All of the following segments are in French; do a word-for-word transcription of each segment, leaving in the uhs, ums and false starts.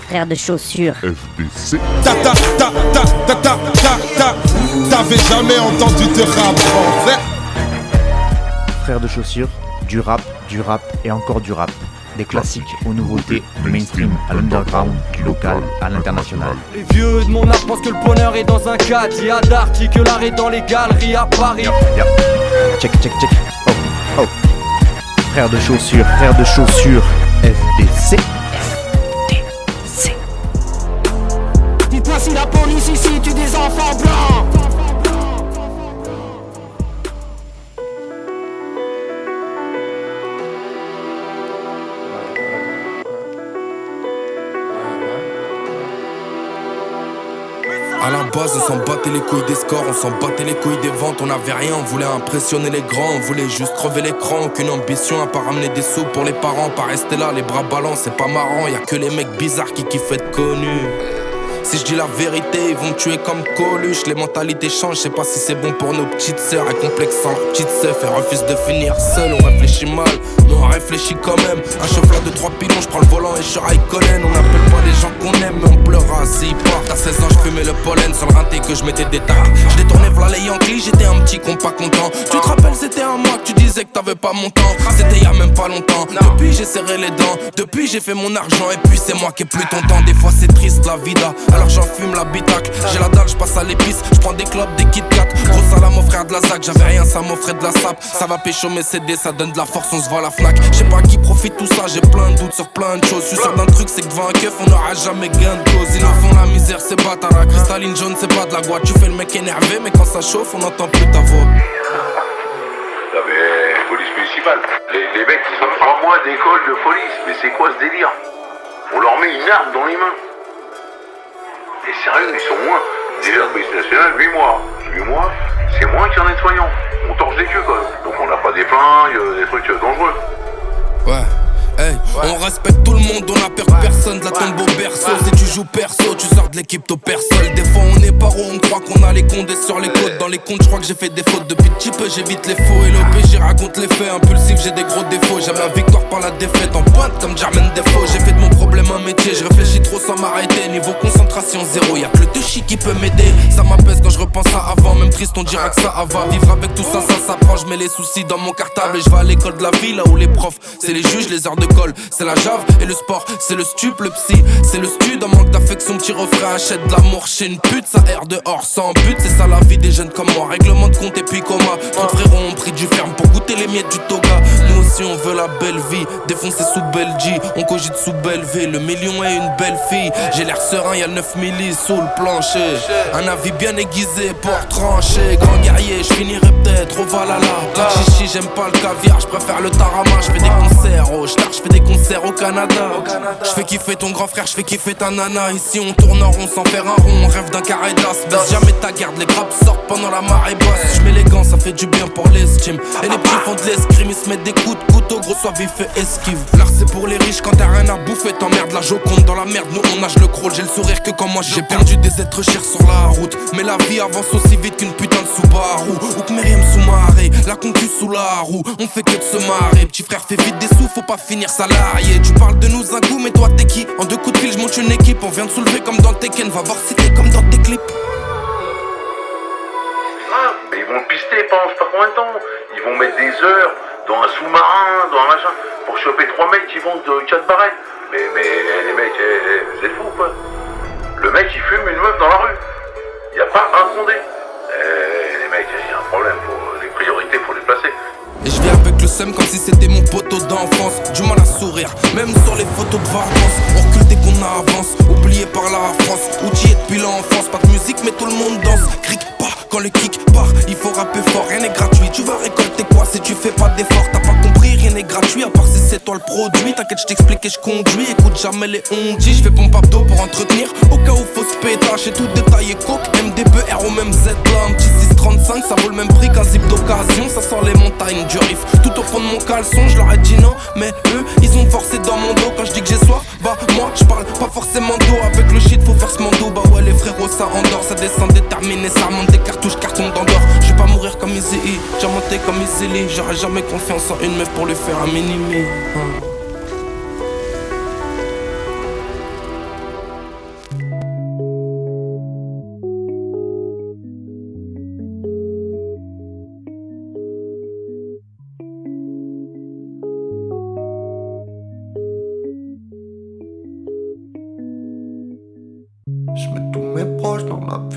frère de chaussures. F D C. Ta ta ta ta ta ta ta ta. T'avais jamais entendu de rap français? Frère de chaussures, du rap, du rap et encore du rap. Des classiques aux nouveautés, du mainstream à l'underground, du local à l'international. Les vieux de mon âge pensent que le bonheur est dans un cadre. Il y a d'Arty que l'art est dans les galeries à Paris. Yep, yep. Check, check, check. Oh, oh. Frère de chaussures, frère de chaussures, F D C. Dites-moi si la police ici tue des enfants blancs. À la base on s'en battait les couilles des scores, on s'en battait les couilles des ventes, on avait rien, on voulait impressionner les grands, on voulait juste crever l'écran, aucune ambition à pas ramener des sous pour les parents, pas rester là les bras ballants, c'est pas marrant, y'a que les mecs bizarres qui kiffent être connus. Si je dis la vérité, ils vont me tuer comme Coluche. Les mentalités changent, je sais pas si c'est bon pour nos petites sœurs. Elles complexent sans leur petite sœur et refusent de finir seul. On réfléchit mal, mais on réfléchit quand même. Un chauffeur de trois pilons, je prends le volant et je Raikkonen. On n'appelle pas les gens qu'on aime, mais on pleura s'ils partent. À seize ans, je fumais le pollen sur le rinté que je mettais des tacs. Je détournais v'là les Yankees, j'étais un petit con pas content. Tu te rappelles, c'était un mois que tu disais que t'avais pas mon temps. C'était y'a même pas longtemps. Depuis, j'ai serré les dents. Depuis, j'ai fait mon argent. Et puis, c'est moi qui ai plus ton temps. Des fois, c'est triste la vida. Alors, j'en fume la bitacle. J'ai la dalle, j'passe à l'épice. J'prends des clopes, des Kit Kat. Gros salam au frère de la Zac. J'avais rien, ça m'offrait de la sape. Ça va pécho mes C D, ça donne de la force, on se voit à la Fnac. J'sais pas qui profite tout ça, j'ai plein de doutes sur plein de choses. Je suis sûr d'un truc, c'est que devant un keuf, on n'aura jamais gain de cause. Ils nous font la misère, c'est bâtard. La cristalline jaune, c'est pas de la boîte. Tu fais le mec énervé, mais quand ça chauffe, on n'entend plus ta voix. Non mais, police municipale. Les, les mecs, ils ont trois mois d'école de police. Mais c'est quoi ce délire? On leur met une arme dans les mains. Et sérieux, ils sont moins. Déjà, la police nationale, huit mois. huit mois, c'est moins qu'un nettoyant. On torche des queues quand même. Donc on n'a pas des flingues, des trucs dangereux. Ouais. Hey, ouais. On respecte tout le monde, on a peur ouais. personne de la tombe au berceau. Ouais. Si tu joues perso, tu sors de l'équipe au perso. Des fois on est paro, on croit qu'on a les condés sur les côtes. Dans les comptes, je crois que j'ai fait des fautes. Depuis petit peu, j'évite les faux et l'O P, j'y raconte les faits. Impulsif, j'ai des gros défauts. J'aime la victoire par la défaite. En pointe comme Jermaine Defoe. J'ai fait de mon problème un métier. Je réfléchis trop sans m'arrêter. Niveau concentration zéro, y'a que le touchy qui peut m'aider. Ça m'apaise quand je repense à avant. Même triste, on dira que ça va. Vivre avec tout ça, ça s'apprend. Je mets les soucis dans mon cartable et je vais à l'école de la vie. Là où les profs, c'est les juges, les heures de colle. C'est la jave et le sport, c'est le stup, le psy, c'est le stud. En manque d'affection, petit refrain, achète de l'amour chez une pute. Ça erre dehors sans but, c'est ça la vie des jeunes comme moi. Règlement de compte et puis coma. Trop de frérots ont pris du ferme pour goûter les miettes du toga. Nous aussi on veut la belle vie, défoncer sous Belgique. On cogite sous Belleville, le million est une belle fille. J'ai l'air serein, y'a le neuf milli sous le plancher. Un avis bien aiguisé pour trancher. Grand guerrier, je finirai peut-être au Valhalla. Pas de chichi, j'aime pas le caviar, je préfère le tarama. Je fais des concerts au Star, je fais des concerts au Canada. Je fais kiffer ton grand frère, je fais kiffer ta nana. Ici on tourne en rond sans faire un rond. On rêve d'un carré d'as. Baisse jamais ta garde, les grappes sortent pendant la marée basse. Je mets les gants, ça fait du bien pour l'estime. Et les petits font de l'escrime, ils se mettent des coups de couteau. Gros soit vif et esquive. L'art c'est pour les riches, quand t'as rien à bouffer t'emmerdes. La joconde dans la merde, nous on nage le crawl. J'ai le sourire que quand moi j'ai perdu des êtres chers sur la route. Mais la vie avance aussi vite qu'une putain de Subaru. Ou que Myriam sous-marée, la concu sous la roue. On fait que de se marrer, petit frère fait vite des sous, faut pas finir salarié. Tu parles de nous un goût, mais toi t'es qui? En deux coups de fil, je monte une équipe. On vient de soulever comme dans Tekken, va voir si t'es comme dans tes clips. Ah, mais ils vont le pister pendant je sais pas combien de temps. Ils vont mettre des heures dans un sous-marin, dans un machin, pour choper trois mecs qui vendent quatre barrettes. Mais, mais les mecs, eh, eh, vous êtes fous ou quoi? Le mec il fume une meuf dans la rue. Y a pas un fondé. Eh, les mecs, y a un problème, faut, les priorités faut les placer. Et je viens avec le seum comme si c'était mon poteau d'enfance. Du mal à sourire, même sur les photos de vacances. On recule dès qu'on avance, oublié par la France. Outillé depuis l'enfance, pas de musique mais tout le monde danse. Cric pas quand le kick part, il faut rapper fort, rien n'est gratuit. Tu vas récolter quoi si tu fais pas d'effort? T'as pas compris, rien n'est gratuit à part si c'est toi le produit. T'inquiète, je t'explique et je conduis, écoute jamais les ondis. Je fais pompe abdos pour entretenir, au cas où faut se pétache. Et tout détaillé, coke, M D B R au même Z là. Un petit six trente-cinq, ça vaut le même prix qu'un zip d'occasion. Ça sort les montagnes du riff, tout au fond de mon caleçon. Je leur ai dit non, mais eux, ils ont forcé dans mon dos. Quand je dis que j'ai soif, bah moi je parle pas forcément d'eau. Avec le shit faut faire ce mando. Bah ouais les frérots ça endort, ça descend déterminé, ça remonte des cartouches, carton d'endort. Je vais pas mourir comme Easy E, j'ai monté comme Easy Lee. J'aurais jamais confiance en une meuf pour lui faire un mini-me. Hein.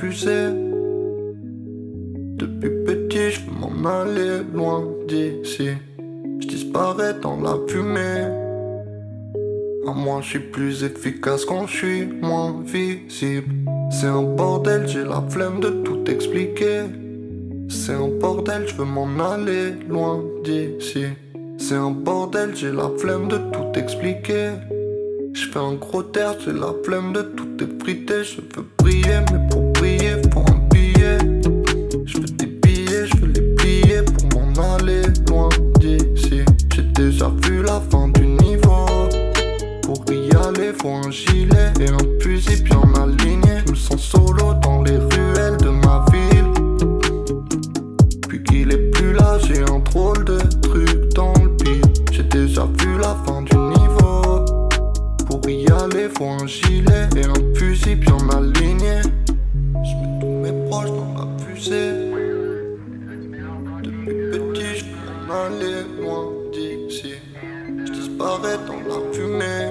fusée. Depuis petit, je veux m'en aller loin d'ici. Je disparais dans la fumée. À moi, je suis plus efficace quand je suis moins visible. C'est un bordel, j'ai la flemme de tout expliquer. C'est un bordel, je veux m'en aller loin d'ici. C'est un bordel, j'ai la flemme de tout expliquer. Je fais un gros terre, j'ai la flemme de tout effriter. Je veux briller, mais pour briller, faut un billet. Je veux des billets, je veux les plier pour m'en aller loin d'ici. J'ai déjà vu la fin du niveau. Pour y aller, faut un gilet et un fusil bien aligné. Je me sens solo dans les ruelles de ma ville. Puis qu'il est plus là, j'ai un drôle de truc dans le pire. J'ai déjà vu la fin du niveau. Pour y aller, faut un gilet et un fusil bien aligné. Je mets tous mes proches dans la fusée. Depuis petit, je veux m'en aller loin d'ici. Je disparais dans la fumée.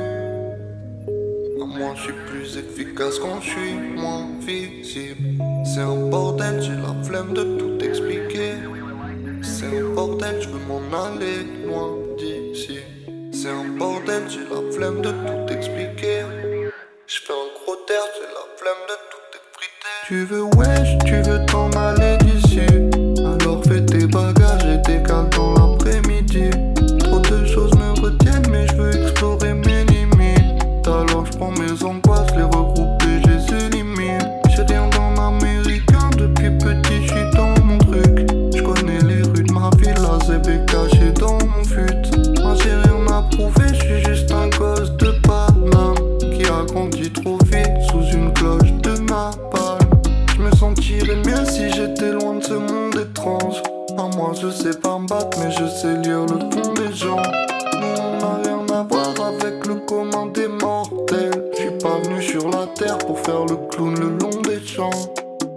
À moi, je suis plus efficace quand je suis moins visible. C'est un bordel, j'ai la flemme de tout expliquer. C'est un bordel, je veux m'en aller loin d'ici. C'est un bordel, j'ai la flemme de tout expliquer. Je fais un gros terre, j'ai la flemme de tout effriter. Tu veux wesh, tu veux t'en aller d'ici. Alors fais tes bagages et décale dans l'après-midi. Trop de choses me retiennent mais je veux explorer mes limites. Alors je prends mes angoisses, les regroupe et je les élimine. J'ai rien dans l'américain, depuis petit je suis dans mon truc. Je connais les rues de ma ville, la zeb est cachée dans mon fut. Moi j'ai rien à prouver, je suis juste un gosse de Paname qui a grandi trop vite sous une cloche de napalm. Je me sentirais mieux si j'étais loin de ce monde étrange. À moi je sais pas me battre mais je sais lire le fond des gens. Nous on n'a rien à voir avec le commun des mortels. Je suis pas venu sur la terre pour faire le clown le long des champs.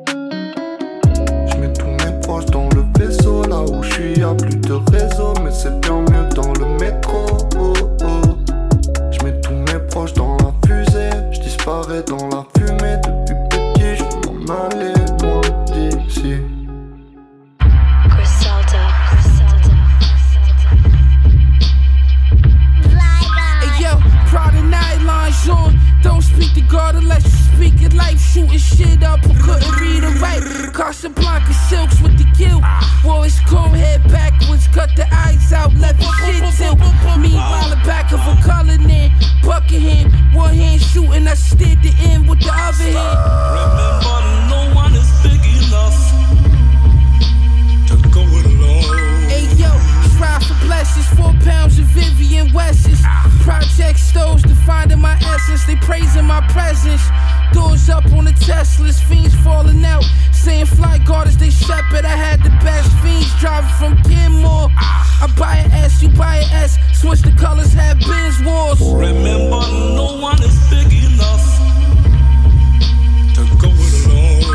Je mets tous mes proches dans le vaisseau. Là où je suis y'a plus de réseau, mais c'est bien mieux dans le métro. Oh, oh. Je mets tous mes proches dans la fusée. Je disparais dans la fumée. Depuis petit je veux m'en aller loin d'ici. On. Don't speak to God unless you speak it life. Shooting shit up who couldn't read or write. Casablanca silks with the guilt. Wore his comb head backwards, cut the eyes out, left his shit tilt. Meanwhile, the back of a Cullinan, Buckingham, one hand shooting, I steered the end with the other hand. Remember, no one is big enough to go it alone. Hey yo, strive for blessings, four pounds of Vivian West's. Project stoves defining my essence, they praising my presence. Doors up on the Teslas, fiends falling out, saying fly guard as they shepherd. I had the best fiends driving from Kenmore. I buy an S, you buy an S, switch the colors, have Benz wars. Remember, no one is big enough to go it alone.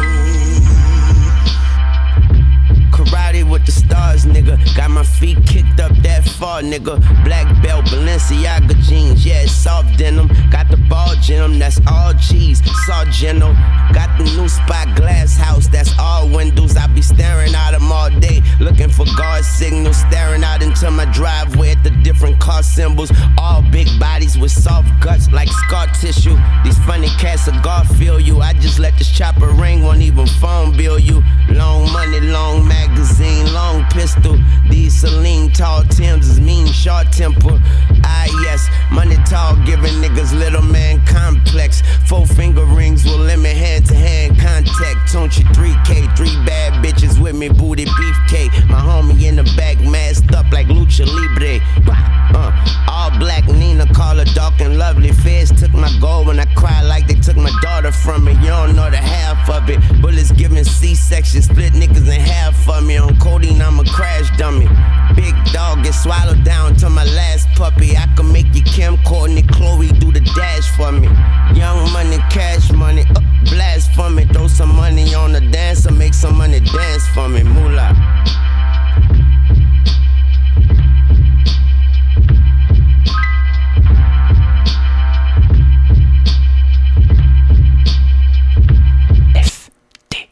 Karate with the stars, nigga. Got my feet kicked up that far, nigga. Black belt, Balenciaga jeans, yeah, it's soft denim. Got the ball gym, that's all cheese, Sargento. Got the new spot glass house, that's all windows. I be staring at them all day, looking for guard signals. Staring out into my driveway at the different car symbols. All big bodies with soft guts like scar tissue. These funny cats of God feel you. I just let this chopper ring, won't even phone bill you. Long money, long magazine, long pistol. These Celine tall Timbs is mean, short temper. Ah yes, money tall, giving niggas little man complex. Four finger rings will limit hand to hand contact. Don't you three K, three bad bitches with me, booty beefcake. My homie in the back, masked up like Lucha Libre. Uh, all black Nina, call her dark and lovely. Feds took my gold when I cried like they took my daughter from me. You don't know the half of it. Bullets giving C-section, split niggas in half for me. On codeine, I'm a crash dummy. Big dog get swallowed down to my last puppy. I can make you Kim, Courtney, Chloe do the dash for me. Young money, cash money, up, blast for me. Throw some money on the dancer, make some money dance for me. Moolah. F D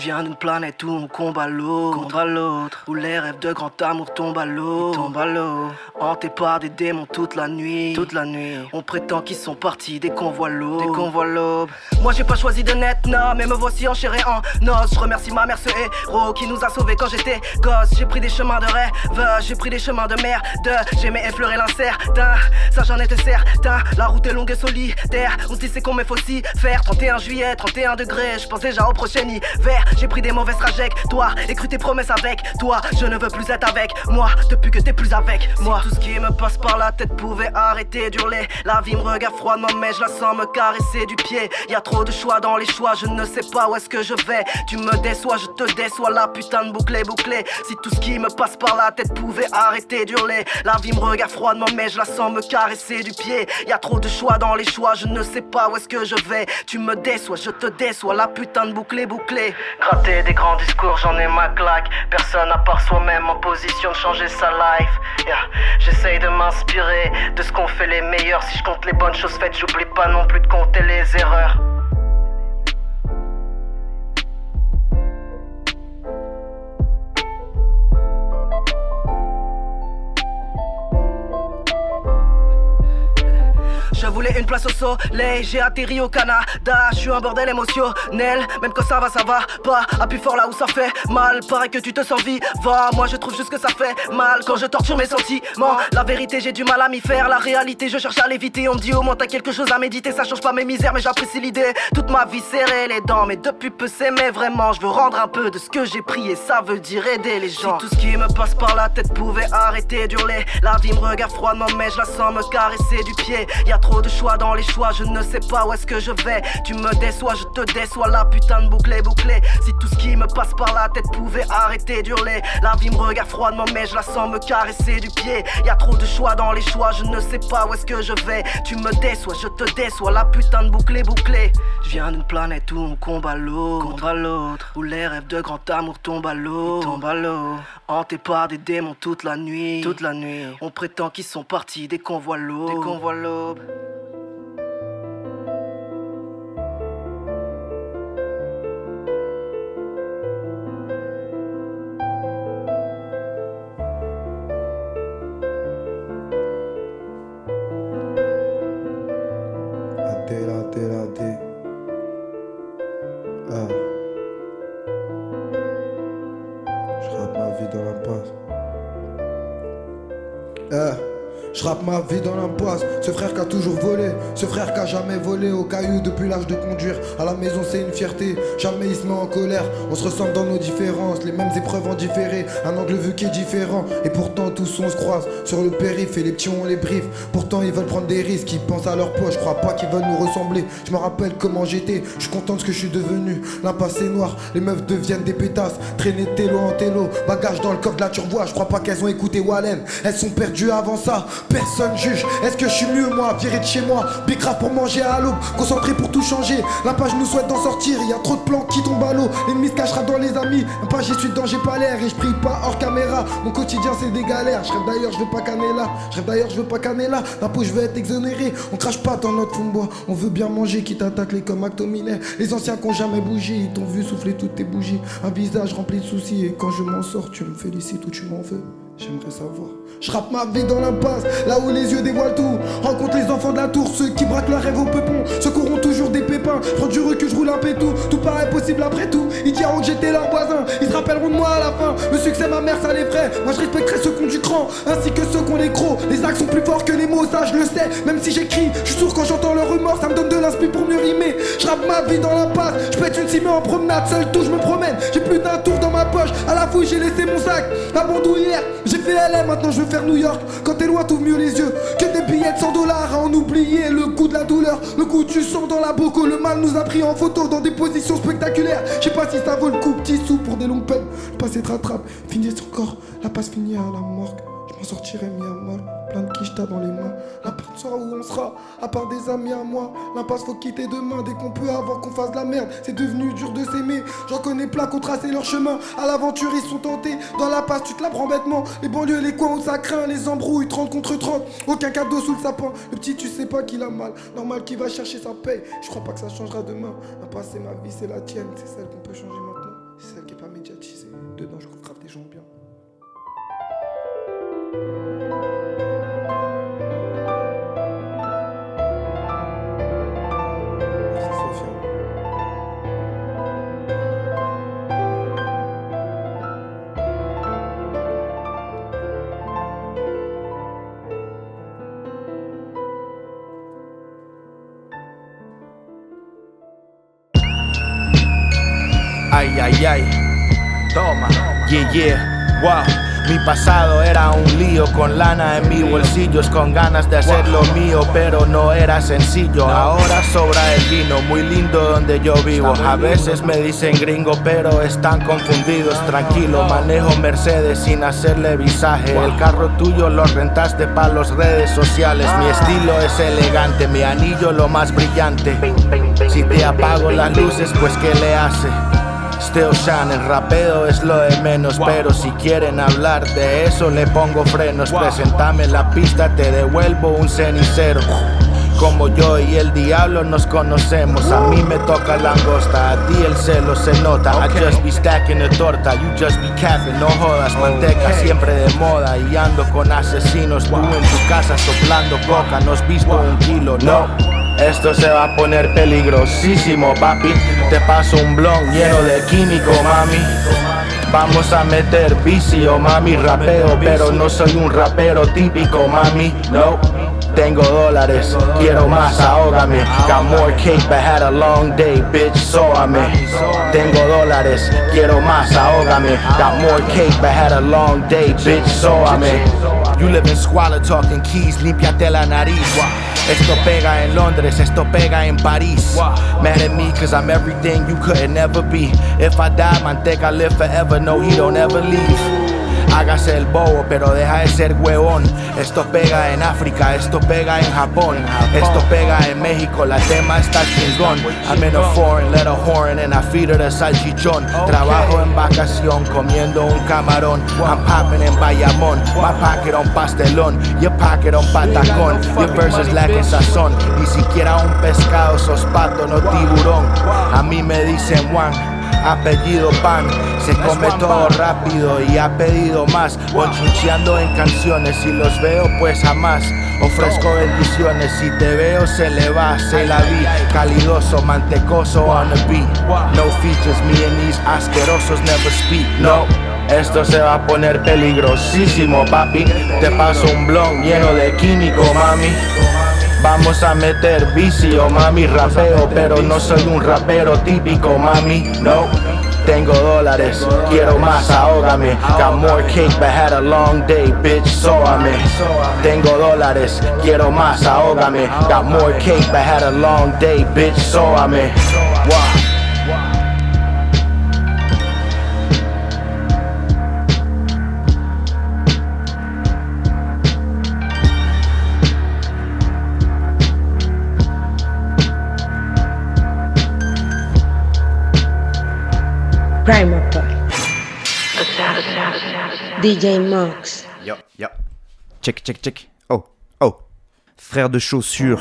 viens d'une planète où on combat l'autre, combat l'autre, où les rêves de grand amour tombent à l'eau, tombent à l'eau, hantés par des démons toute la nuit, toute la nuit. On prétend qu'ils sont partis dès qu'on voit l'aube, dès qu'on voit l'aube. Moi j'ai pas choisi de naître, non, mais me voici enchéré en noces. Je remercie ma mère, ce héros qui nous a sauvés quand j'étais gosse. J'ai pris des chemins de rêve, j'ai pris des chemins de merde. J'aimais effleurer l'incertain, ça j'en étais certain. La route est longue et solitaire, on dit c'est qu'on me faut s'y faire. trente et un juillet, trente et un degrés, je pense déjà au prochain hiver. J'ai pris des mauvaises trajectoires, et cru tes promesses avec toi. Je ne veux plus être avec moi, depuis que t'es plus avec moi. Si tout ce qui me passe par la tête pouvait arrêter d'hurler, la vie me regarde froidement mais je la sens me caresser du pied. Y'a trop de choix dans les choix, je ne sais pas où est-ce que je vais. Tu me déçois, je te déçois, la putain de boucle est bouclée. Si tout ce qui me passe par la tête pouvait arrêter d'hurler, la vie me regarde froidement mais je la sens me caresser du pied. Y'a trop de choix dans les choix, je ne sais pas où est-ce que je vais. Tu me déçois, je te déçois, la putain de boucle est bouclée. Gratter des grands discours, j'en ai ma claque. Personne à part soi-même en position de changer sa life. Yeah. J'essaye de m'inspirer de ce qu'on fait les meilleurs. Si je compte les bonnes choses faites, j'oublie pas non plus de compter les erreurs. Je voulais une place au soleil, j'ai atterri au Canada. Je suis un bordel émotionnel, même quand ça va, ça va pas. Appuie fort là où ça fait mal, paraît que tu te sens vivant. Moi je trouve juste que ça fait mal quand je torture mes sentiments. La vérité j'ai du mal à m'y faire, la réalité je cherche à l'éviter. On me dit au moins t'as quelque chose à méditer, ça change pas mes misères mais j'apprécie l'idée. Toute ma vie serré les dents, mais depuis peu s'aimer vraiment. Je veux rendre un peu de ce que j'ai pris et ça veut dire aider les gens. Si tout ce qui me passe par la tête pouvait arrêter d'hurler, la vie me regarde froidement mais je la sens me caresser du pied. Y'a trop de choix dans les choix, je ne sais pas où est-ce que je vais. Tu me déçois, je te déçois, la putain de boucle est bouclée. Si tout ce qui me passe par la tête pouvait arrêter d'hurler, la vie me regarde froidement mais je la sens me caresser du pied. Y'a trop de choix dans les choix, je ne sais pas où est-ce que je vais. Tu me déçois, je te déçois, la putain de boucle est bouclée. Je viens d'une planète où on combat l'autre, combat l'autre, où les rêves de grand amour tombent à l'eau, tombent à l'eau, hantés par des démons toute la nuit, toute la nuit. On prétend qu'ils sont partis dès qu'on voit l'aube, dès qu'on voit l'aube. Ah. Je rappe ma vie dans l'impasse. Ah. Je rappe ma vie dans l'impasse. Ce frère qui a toujours volé, ce frère qui a jamais volé. Au caillou depuis l'âge de conduire, à la maison c'est une fierté. Jamais il se met en colère, on se ressemble dans nos différences. Les mêmes épreuves en différé, un angle vu qui est différent. Et pourtant tous on se croise sur le périph' et les petits on les briefs. Pourtant ils veulent prendre des risques, ils pensent à leur poche. Je crois pas qu'ils veulent nous ressembler. Je me rappelle comment j'étais, je suis content de ce que je suis devenu. L'impasse est noire, les meufs deviennent des pétasses. Traîner télo en télo, bagage dans le coffre de la turvoie. Je crois pas qu'elles ont écouté Wallen, elles sont perdues avant ça. Personne juge, est-ce que je suis mieux moi, viré de chez moi, bicrave pour manger à l'aube, concentré pour tout changer. L'impasse nous souhaite d'en sortir, il y a trop de plans qui tombent à l'eau. L'ennemi se cachera dans les amis, pas j'y suis dedans, j'ai pas l'air et je prie pas hors caméra. Mon quotidien c'est des galères, je rêve d'ailleurs, je veux pas canner là. Je rêve d'ailleurs, je veux pas canner là. La peau je veux être exonéré, on crache pas dans notre fond de bois. On veut bien manger, qui t'attaque les comme McTominay. Les anciens qui ont jamais bougé, ils t'ont vu souffler toutes tes bougies. Un visage rempli de soucis et quand je m'en sors, tu me félicites ou tu m'en veux. J'aimerais savoir. Je rappe ma vie dans l'impasse, là où les yeux dévoilent tout. Rencontre les enfants de la tour, ceux qui braquent leur rêve au peupon, ceux qui auront toujours des pépins. Prends du recul, je roule un pétou, tout paraît possible après tout. Ils diront que j'étais leur voisin, ils se rappelleront de moi à la fin. Le succès, ma mère, ça les ferait. Moi je respecterai ceux qui ont du cran, ainsi que ceux qui ont les crocs. Les actes sont plus forts que les mots, ça je le sais. Même si j'écris, je suis sourd quand j'entends leur remords, ça me donne de l'inspi pour mieux rimer. Je rappe ma vie dans l'impasse, je pète une cime en promenade, seul tout je me promène. J'ai plus d'un tour dans ma poche, à la fouille j'ai laissé mon sac. Abandon hier, j'ai fait L M, maintenant je veux faire New York. Quand t'es loin t'ouvres mieux les yeux, que des billets de cent dollars à en oublier le goût de la douleur, le goût du sang dans la boco. Le mal nous a pris en photo dans des positions spectaculaires. Je sais pas si ça vaut le coup, petit sou pour des longues peines. Le passé te rattrape, finit sur corps, la passe finit à la morgue. Je m'en sortirai mis à mort, plein de quicheta dans les mains. L'impasse sera où on sera, à part des amis à moi. L'impasse faut quitter demain, dès qu'on peut avant qu'on fasse de la merde. C'est devenu dur de s'aimer, j'en connais plein qui ont tracé leur chemin. À l'aventure ils sont tentés, dans la passe tu te la prends bêtement. Les banlieues, les coins où ça craint, les embrouilles, trente contre trente. Aucun cadeau sous le sapin, le petit tu sais pas qu'il a mal. Normal qu'il va chercher sa paye, je crois pas que ça changera demain. L'impasse c'est ma vie, c'est la tienne, c'est celle qu'on peut changer maintenant. C'est celle qui est pas médiatisée. Dedans, je grave des gens bien. Ay, ay, ay, toma, yeah, yeah, wow. Mi pasado era un lío, con lana en mis bolsillos, con ganas de hacer lo mío, pero no era sencillo. Ahora sobra el vino, muy lindo donde yo vivo. A veces me dicen gringo, pero están confundidos. Tranquilo, manejo Mercedes sin hacerle visaje. El carro tuyo lo rentaste pa' las redes sociales. Mi estilo es elegante, mi anillo lo más brillante. Si te apago las luces, pues ¿qué le hace? Still shining, rapeo es lo de menos, pero si quieren hablar de eso le pongo frenos. Presentame la pista, te devuelvo un cenicero. Como yo y el diablo nos conocemos. A mí me toca langosta, a ti el celo se nota. I just be stacking the torta, you just be capping. No jodas, manteca siempre de moda. Y ando con asesinos, tú en tu casa soplando coca. No has visto un kilo, no. Esto se va a poner peligrosísimo, papi. Te paso un blon lleno de químico, mami. Vamos a meter vicio, mami. Rapeo, pero no soy un rapero típico, mami. No. Tengo dólares, quiero más, ahógame. Got more cake but had a long day, bitch, sóame. Tengo dólares, quiero más, ahógame. Got more cake but had a long day, bitch, sóame. You live in squalor, talking keys, límpiate la nariz. Esto pega en Londres, esto pega en París. Mad at me cause I'm everything you couldn't ever be. If I die, manteca live forever, no he don't ever leave. Hágase el bobo, pero deja de ser huevón. Esto pega en África, esto pega en Japón. Esto pega en México, la tema está chingón. I'm in a foreign, let a horn and I feed her the salchichón. Trabajo en vacación, comiendo un camarón. I'm popping en Bayamón, my pocket on pastelón. Your pocket on patacón, your verses lacking sazón. Ni siquiera un pescado, sos pato, no tiburón. A mí me dicen Juan, apellido Pan, se come todo rápido y ha pedido más. Bonchucheando en canciones, si los veo pues jamás. Ofrezco bendiciones, si te veo se le va, se la vi. Calidoso, mantecoso on the beat. No features, me and these asquerosos never speak, no. Esto se va a poner peligrosísimo, papi. Te paso un blon lleno de químico, mami. Vamos a meter vicio, mami. Rapeo, pero no soy un rapero típico, mami. No. Tengo dólares, quiero más, ahógame. Got more cake but had a long day, bitch, sóame. Tengo dólares, quiero más, ahógame. Got more cake but had a long day, bitch, sóame. Wow. Primer Paul, D J Mox. Yo, yo. Check, check, check. Oh, oh. Frère de chaussures.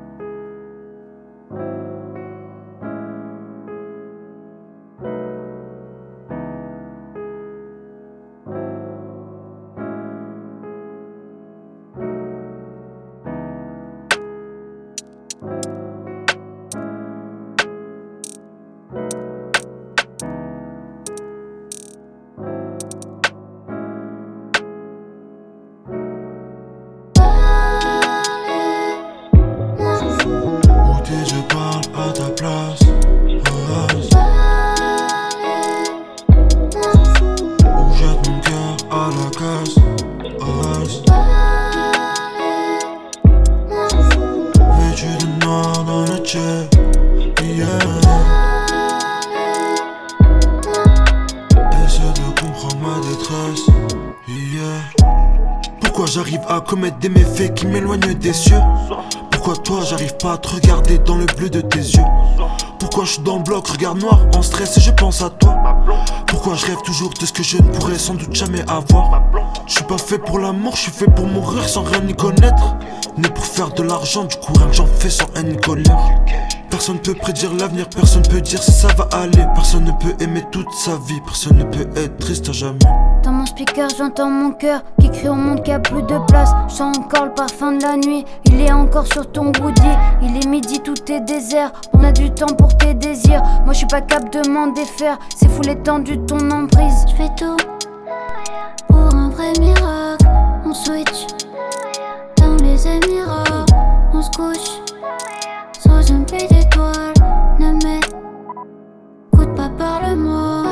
Commettre des méfaits qui m'éloignent des cieux. Pourquoi toi j'arrive pas à te regarder dans le bleu de tes yeux? Pourquoi je suis dans le bloc, regard noir, en stress et je pense à toi? Pourquoi je rêve toujours de ce que je ne pourrais sans doute jamais avoir? Je suis pas fait pour l'amour, je suis fait pour mourir sans rien y connaître. Né pour faire de l'argent, du coup rien que j'en fais sans haine ni colère. Personne peut prédire l'avenir, personne peut dire si ça va aller. Personne ne peut aimer toute sa vie, personne ne peut être triste à jamais. Dans mon speaker j'entends mon cœur qui crie au monde qu'il n'y a plus de place. Je sens encore le parfum de la nuit, il est encore sur ton goodier. Il est midi, tout est désert, on a du temps pour tes désirs. Moi je suis pas capable de m'en défaire, c'est fou l'étendue de ton emprise. Je fais tout pour un vrai miracle. On switch dans les Émirats, on se couche sous une pluie d'étoiles. Ne m'écoute pas, parle-moi.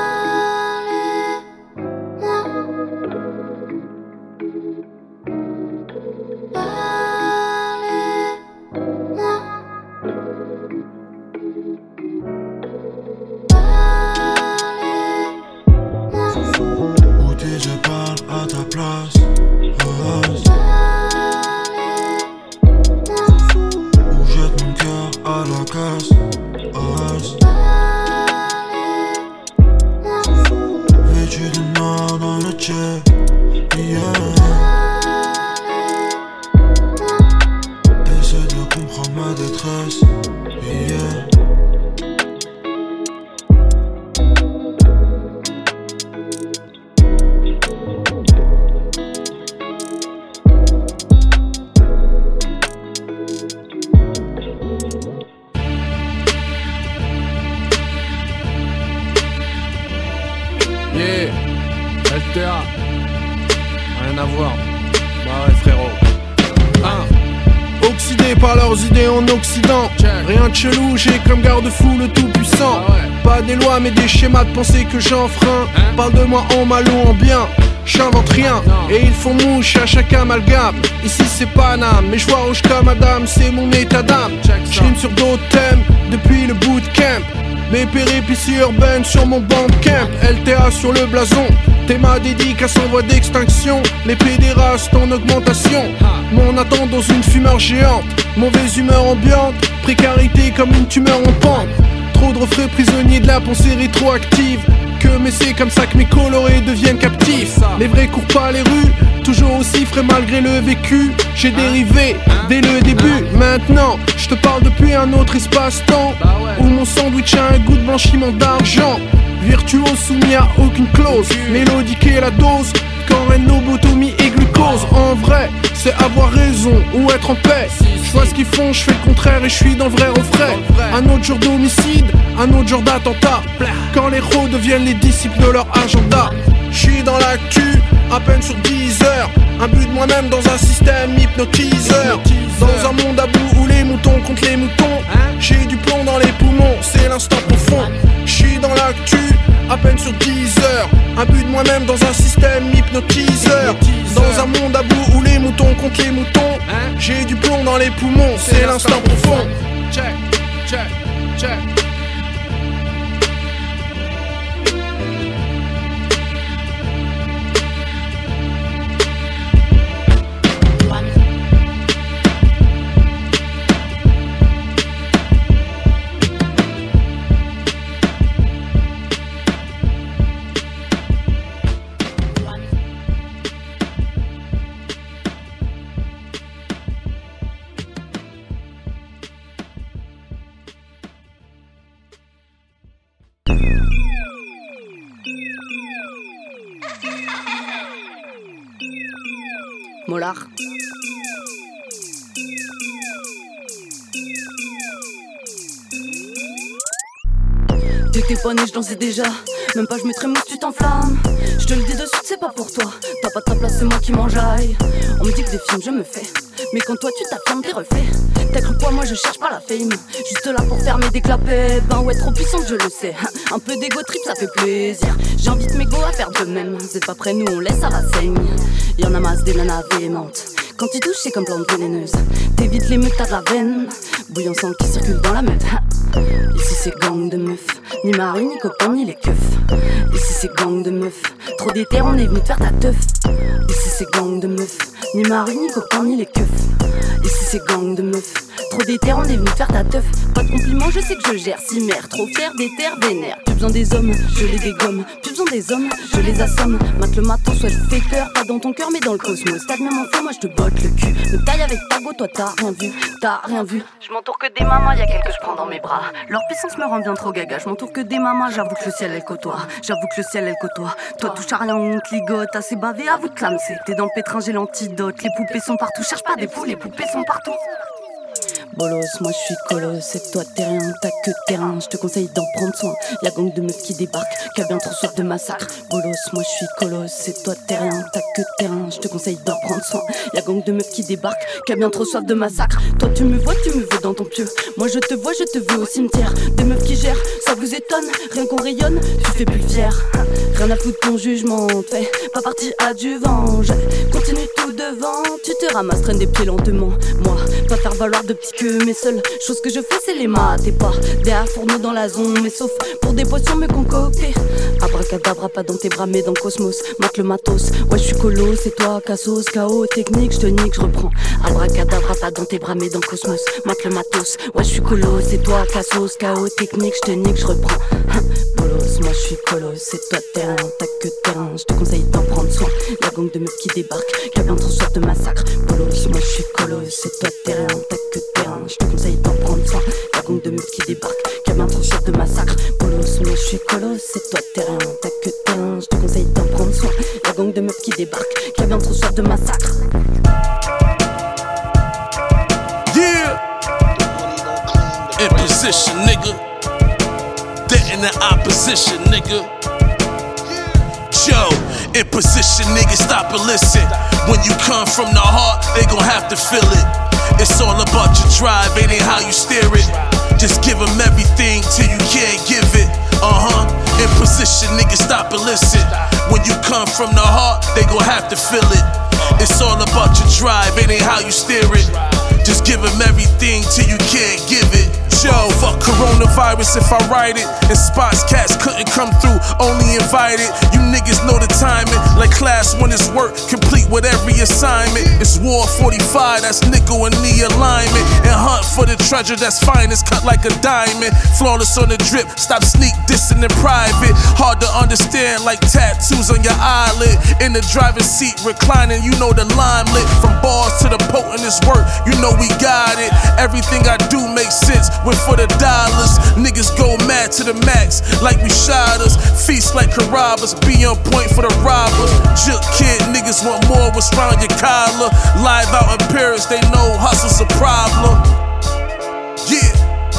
Où t'es, je parle à ta place. Oh, où jette mon cœur à la casse. Oh, vêtu de noir dans le jet. Yeah. Essaie de comprendre ma détresse. Yeah. Yeah, L T A, rien à voir. Bah ouais frérot. Un. Oxydé par leurs idées en Occident. Rien de chelou, j'ai comme garde-fou le tout puissant. Ah ouais. Pas des lois mais des schémas de pensée que j'enfreins. Hein? Parle de moi en mal ou en bien, j'invente rien. Non. Et ils font mouche à chaque amalgame. Ici c'est Paname, mais je vois rouge comme Adam, c'est mon état d'âme. J'rime sur d'autres thèmes depuis le bootcamp. Mes péripéties urbaines sur mon bandcamp. L T A sur le blason, t'es ma dédicace en voie d'extinction. Les pédérastes en augmentation. Mon attente dans une fumeur géante. Mauvaise humeur ambiante, précarité comme une tumeur en pente. Trop de refrains prisonniers de la pensée rétroactive. Que mais c'est comme ça que mes colorés deviennent captifs. Les vrais courent pas les rues, toujours aussi frais malgré le vécu. J'ai dérivé dès le début. Maintenant, je te parle depuis un autre espace-temps où mon sandwich a un goût de blanchiment d'argent. Virtuose soumis à aucune clause, mélodique et la dose, quand rénobotomie et glucose. En vrai, c'est avoir raison ou être en paix. Je vois ce qu'ils font, je fais le contraire et je suis dans le vrai refrain. Un autre jour d'homicide, un autre jour d'attentat. Quand les héros deviennent les disciples de leur agenda. Je suis dans l'actu, à peine sur dix heures. Un but de moi-même dans un système hypnotiseur. Dans un monde à bout où les moutons contre les moutons. J'ai du plomb dans les poumons, c'est l'instant profond. Je suis dans l'actu, à peine sur dix heures. Un but de moi-même dans un système hypnotiseur. Dans un monde à bout où les moutons contre les moutons. J'ai du plomb dans les poumons, c'est l'instant profond. Check, check, check. Molar. T'étais pas né, je dansais déjà. Même pas je mettrais mousse, tu t'enflammes. Je te le dis de suite, c'est pas pour toi. T'as pas ta place, c'est moi qui m'enjaille. On me dit que des films, je me fais. Mais quand toi tu t'affirmes, t'es refait. T'as cru quoi, moi je cherche pas la fame. Juste là pour faire mes déclapés. Ben ouais, trop puissante, je le sais. Un peu d'égo trip, ça fait plaisir. J'invite mes go à faire de même. C'est pas près, nous on laisse, ça va saigner. Y'en a masse des nanas véhémentes. Quand tu touches, c'est comme plante vénéneuse. T'évites les meutes, t'as de la veine. Bouillon sang qui circule dans la meute. Ici c'est gang de meufs. Ni mari, ni copain, ni les keufs. Ici c'est gang de meufs. Trop d'éther, on est venu te faire ta teuf. Ici c'est gang de meufs. Ni mari, ni copain, ni les keufs. Ici c'est gang de meufs. Trop d'éther, on est venu faire ta teuf. Pas de compliments, je sais que je gère. Si mère, trop fier des terres vénères. Plus besoin des hommes, je les dégomme. Plus besoin des hommes, je les assomme. Mate le matin, soit je fais peur. Pas dans ton cœur, mais dans le cosmos. T'as bien mon feu, moi je te botte le cul. Me taille avec ta go, toi t'as rien vu. T'as rien vu. Je m'entoure que des mamans, y'a quelques que je prends dans mes bras. Leur puissance me rend bien trop gaga. Je m'entoure que des mamans, j'avoue que le ciel elle côtoie. J'avoue que le ciel elle côtoie. Toi touche à rien, on te ligote. Assez bavé, à vous de clamser. T'es dans le pétrin, j'ai l'antidote. Les poupées sont partout, cherche pas des poules, les poupées sont partout. Bolos, moi je suis colosse, et toi t'es rien, t'as que terrain, je te conseille d'en prendre soin. Y'a gang de meufs qui débarquent, qui a bien trop soif de massacre. Bolos, moi je suis colosse, et toi t'es rien, t'as que terrain, je te conseille d'en prendre soin. Y'a gang de meufs qui débarquent, qui a bien trop soif de massacre. Toi tu me vois, tu me veux dans ton pieu. Moi je te vois, je te veux au cimetière. Des meufs qui gèrent, ça vous étonne, rien qu'on rayonne, tu fais plus le fier. Rien à foutre ton jugement, fais pas partie adjuvant. Je continue tout devant, tu te ramasses, traîne des pieds lentement. Moi, pas faire valoir de petits que mes seules choses que je fais c'est les maths et pas des à fourneaux dans la zone, mais sauf pour des potions me concocter. Abracadabra, pas dans tes bras mais dans le cosmos. Mate le matos, ouais je suis colo, c'est toi Cassos, K O technique, je te nique, je reprends. Abracadabra, pas dans tes bras mais dans le cosmos. Mate le matos, ouais je suis colo, c'est toi Cassos, K O technique, je te nique, je reprends. Bolos, moi je suis colo, c'est toi terrain, t'as que terrain, je te conseille d'en prendre soin. La gang de meufs qui débarque, qui a bien trop soif de massacre. Bolos, moi je suis colo, c'est toi terrain, t'as que terrain, je te conseille d'en prendre soin. La gang de meufs qui débarque, qui a bien trop soif de massacre. Bolos, moi je suis colo, c'est toi terrain, t'as que terrain, je te conseille d'en prendre soin. La gang de meufs qui débarque, qui a bien trop soif de massacre. Yeah! In position, nigga. They're in the opposition, nigga. Joe, in position, nigga, stop and listen. When you come from the heart, they gon' have to feel it. It's all about your drive, it ain't how you steer it. Just give them everything till you can't give it. Uh-huh, in position, nigga, stop and listen. When you come from the heart, they gon' have to feel it. It's all about your drive, it ain't how you steer it. Just give them everything till you can't give it. Joe, fuck coronavirus if I write it. In spots cats couldn't come through, only invited. You niggas know the timing, like class when it's work, complete with every assignment. It's War forty-five, that's nickel and knee alignment. And hunt for the treasure that's finest, cut like a diamond. Flawless on the drip, stop sneak dissing in private. Hard to understand like tattoos on your eyelid. In the driver's seat reclining, you know the limelight. From bars to the potentest work, you know we got it. Everything I do makes sense. We're for the dollars. Niggas go mad to the max like we shot us. Feast like Carabas, be on point for the robbers. Jook kid, niggas want more, what's round your collar? Live out in Paris, they know hustle's a problem. Yeah.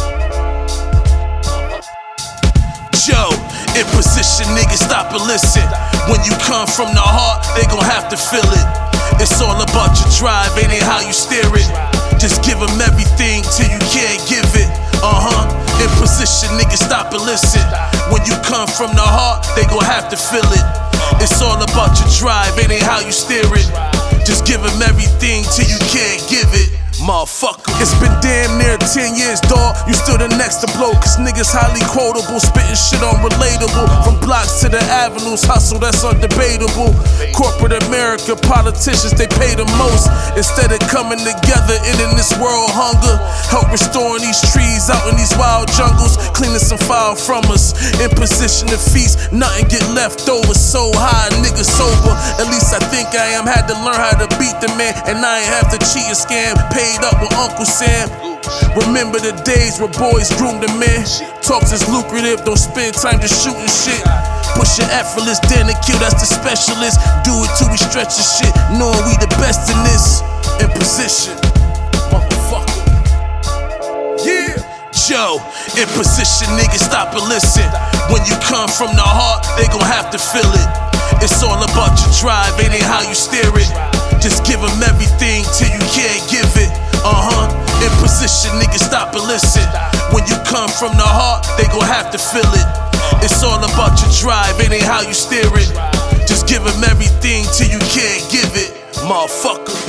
Joe, in position, niggas stop and listen. When you come from the heart, they gon' have to feel it. It's all about your drive, it ain't how you steer it. Just give them everything till you can't give it. Uh-huh, in position, niggas stop and listen. When you come from the heart, they gon' have to feel it. It's all about your drive, it ain't how you steer it. Just give them everything till you can't give it. Motherfucker, it's been damn near ten years, dawg. You still the next to blow, cause niggas highly quotable, spitting shit unrelatable. From blocks to the avenues, hustle, that's undebatable. Corporate America, politicians, they pay the most. Instead of coming together, ending this world hunger. Help restoring these trees out in these wild jungles. Cleaning some foul from us. In position to feast, nothing get left over. So high, niggas sober. At least I think I am. Had to learn how to beat the man, and I ain't have to cheat and scam. Pay up with Uncle Sam. Remember the days where boys groomed the men. Talks is lucrative, don't spend time just shooting shit. Push your effortless, then to kill, that's the specialist. Do it till we stretch the shit, knowing we the best in this. In position, motherfucker. Yeah. Joe, in position, niggas stop and listen. When you come from the heart, they gon' have to feel it. It's all about your drive, it ain't how you steer it. Just give them everything till you can't give it. Uh-huh, in position, niggas stop and listen. When you come from the heart, they gon' have to feel it. It's all about your drive, it ain't how you steer it. Just give them everything till you can't give it, motherfucker.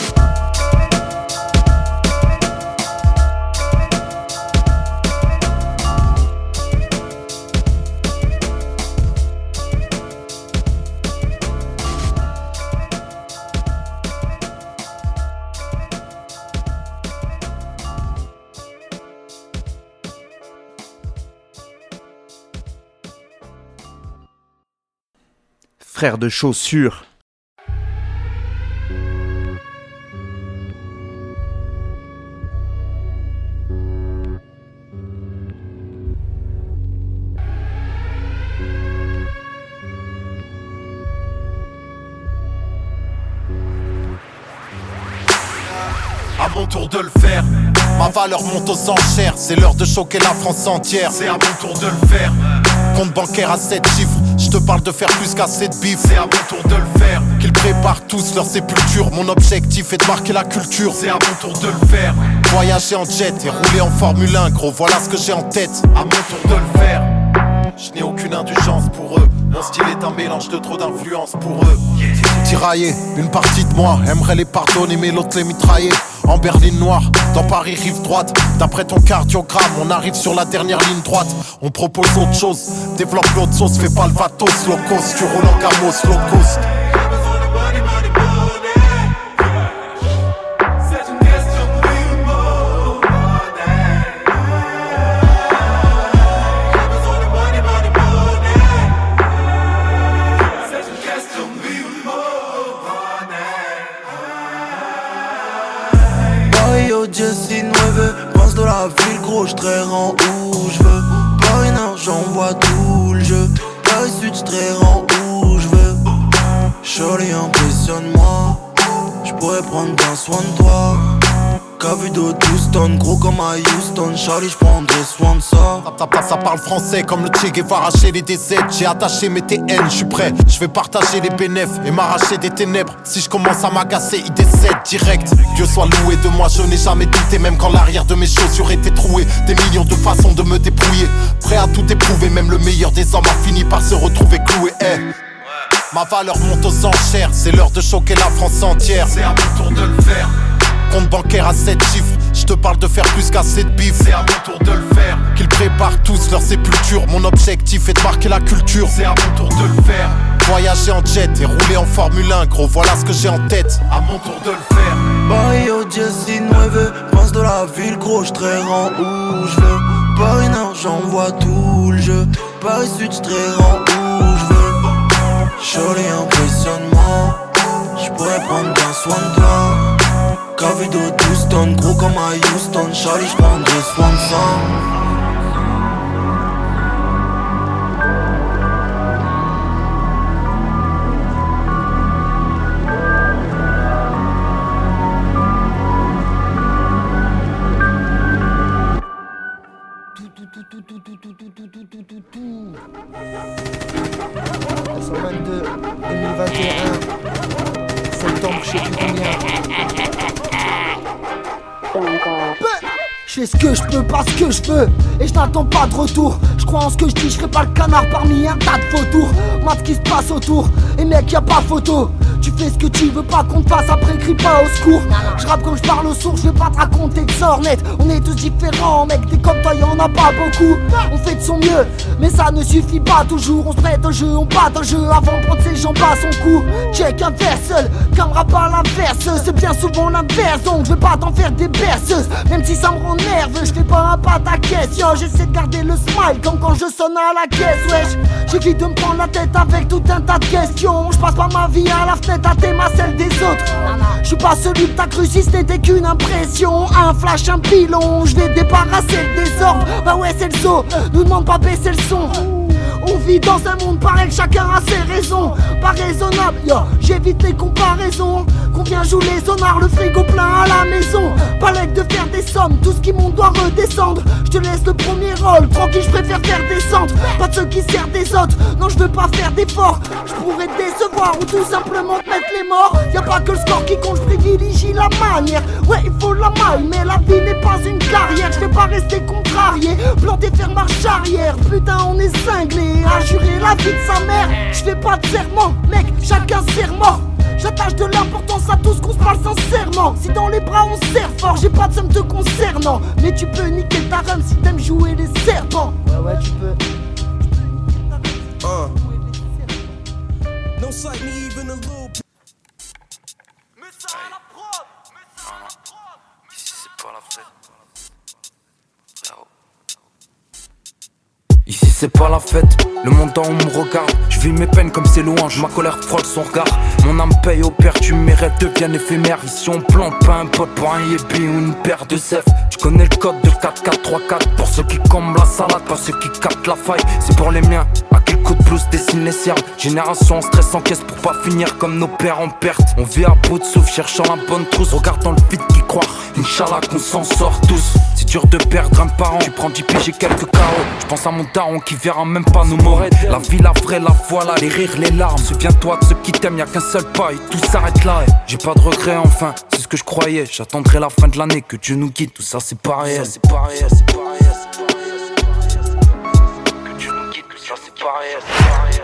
frère de chaussures. À mon tour de le faire, ma valeur monte aux enchères. C'est l'heure de choquer la France entière. C'est à mon tour de le faire. Compte bancaire à sept chiffres, je te parle de faire plus qu'assez de bif. C'est à mon tour de le faire. Qu'ils préparent tous leur sépulture. Mon objectif est de marquer la culture. C'est à mon tour de le faire. Voyager en jet et rouler en Formule un, gros, voilà ce que j'ai en tête. À mon tour de le faire. Je n'ai aucune indulgence pour eux. Mon style est un mélange de trop d'influence pour eux. Tiraillé, une partie de moi aimerait les pardonner mais l'autre les mitrailler. En berline noire, dans Paris rive droite. D'après ton cardiogramme, on arrive sur la dernière ligne droite. On propose autre chose, développe l'autre sauce. Fais pas le vatos, locos, tu roules en camos, low cost. Jesse nueve, pense de la ville gros, j'traire en où j'veux. Paris Nord, j'envoie tout le jeu. Paris Sud, j'traire en où j'veux. Shorty impressionne-moi, j'pourrais prendre bien soin de toi. Qu'a vu de douze tonnes, gros comme à Houston. Charlie, j'prendrai soin de ça. Ça, ça, ça parle français comme le Che Guevara chez les D Z. J'ai attaché mes T N, j'suis prêt. J'vais partager les bénéfices et m'arracher des ténèbres. Si je commence à m'agacer, il décède direct. Dieu soit loué de moi, je n'ai jamais douté. Même quand l'arrière de mes chaussures était troué. Des millions de façons de me débrouiller. Prêt à tout éprouver, même le meilleur des hommes a fini par se retrouver cloué. Hey. Ma valeur monte aux enchères. C'est l'heure de choquer la France entière. C'est à mon tour de le faire. Compte bancaire à sept chiffres, je te parle de faire plus qu'assez de bif. C'est à mon tour de le faire. Qu'ils préparent tous leur sépulture. Mon objectif est de marquer la culture. C'est à mon tour de le faire. Voyager en jet et rouler en Formule un, gros, voilà ce que j'ai en tête. À mon tour de le faire. Barrio Jesse nueve, pense de la ville gros, j'traire en où j'veux. Paris Nord, j'envoie tout le jeu. Paris Sud, j'traire en où j'veux. Shorty impressionne-moi, j'pourrais prendre bien soin de toi. Qu'a vu de douze tonnes, gros comme à Houston. Charlie, j'prendrai soin de ça. cent vingt-deux, deux mille vingt et un, septembre, je sais plus combien. Je fais ce que je peux, pas ce que je veux. Et je n'attends pas de retour. Je crois en ce que je dis, je serai pas le canard parmi un tas de vautours. Mate qui se passe autour, et mec y'a pas photo. Tu fais ce que tu veux pas qu'on te fasse, après crie pas au secours. Je rappe comme je parle au sourd, je vais pas te raconter de sornettes. On est tous différents mec, des comme toi y'en a pas beaucoup. On fait de son mieux, mais ça ne suffit pas toujours. On se prête au jeu, on bat au jeu avant de prendre ses jambes à son cou. Check un verre seul, comme rap à l'inverse. C'est bien souvent l'inverse, donc je vais pas t'en faire des berceuses. Même si ça me rend nerveux, je fais pas un pas à ta caisse. Yo, j'essaie de garder le smile comme quand je sonne à la caisse, wesh. J'évite de me prendre la tête avec tout un tas de questions. Je passe pas ma vie à la fenêtre à t'aimer celle des autres. Je suis pas celui que t'as cru si ce n'était qu'une impression. Un flash, un pilon, je vais débarrasser le désordre. Bah ouais c'est le saut, nous demande pas baisser le son. On vit dans un monde pareil que chacun a ses raisons. Pas raisonnable, yo, j'évite les comparaisons. Combien joue les sonars, le frigo plein à la maison. Pas l'aide de faire des sommes, tout ce qui monte doit redescendre. Je te laisse le premier rôle, tranquille je préfère faire descendre. Pas de ceux qui servent des autres, non je veux pas faire d'efforts. Je pourrais te décevoir ou tout simplement te mettre les morts. Y'a pas que le score qui compte, je privilégie la manière. Ouais il faut la maille, mais la vie n'est pas une carrière. Je vais pas rester contrarié, planter faire marche arrière. Putain on est cinglé, à jurer la vie de sa mère. Je fais pas de serment, mec, chacun serment. J'attache de l'importance à tout ce qu'on se parle sincèrement. Si dans les bras on serre fort, j'ai pas de somme te concernant. Mais tu peux niquer ta rhum si t'aimes jouer les serpents. Ouais ouais tu peux. Uh. No sight me even a little. Ici c'est pas la fête. Ici c'est pas la fête, le monde en haut me regarde. Je vis mes peines comme ses louanges, ma colère frôle son regard. Mon âme paye au père, tu mérites deviennent éphémères. Ici on plante pas un pote pour un yébi ou une paire de zef. Tu connais le code de quatre quatre trois quatre. Pour ceux qui comblent la salade, pas ceux qui captent la faille. C'est pour les miens, à quel coup de blouse dessine les cernes. Génération en stress en caisse pour pas finir comme nos pères en perte. On vit à bout de souffle, cherchant la bonne trousse. Regarde dans le vide qui croit, Inch'Allah qu'on s'en sort tous. C'est dur de perdre un parent, tu prends dix piges et quelques K O. J'pense à mon daron qui verra même pas nos morts. La vie, la vraie, la voilà, les rires, les larmes. Souviens-toi de ceux qui t'aiment, y'a qu'un seul pas et tout s'arrête là. J'ai pas de regrets enfin, c'est ce que je croyais. J'attendrai la fin de l'année, que Dieu nous guide, tout ça c'est pas réel. C'est pas réel, c'est pas réel, c'est pas réel, c'est pas réel. Que Dieu nous guide, tout ça c'est pas réel, c'est pas réel.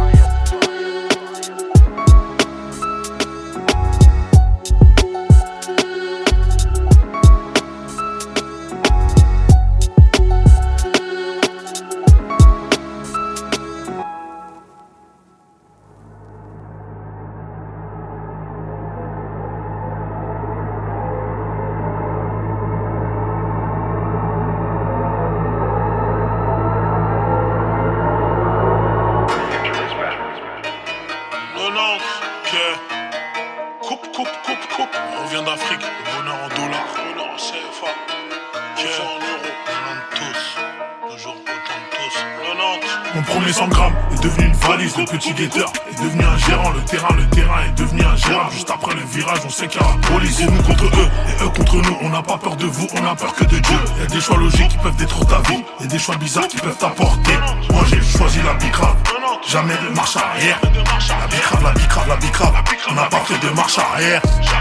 Le petit guetteur est devenu un gérant, le terrain, le terrain est devenu ingérable. Juste après le virage, on sait qu'il y a la police et nous contre eux, et eux contre nous. On n'a pas peur de vous, on a peur que de Dieu. Y'a des choix logiques qui peuvent détruire ta vie, et des choix bizarres qui peuvent t'apporter. Moi j'ai choisi la bicrave, jamais de marche arrière. La bicrave, la bicrave, la bicrave, on n'a pas fait de marche arrière.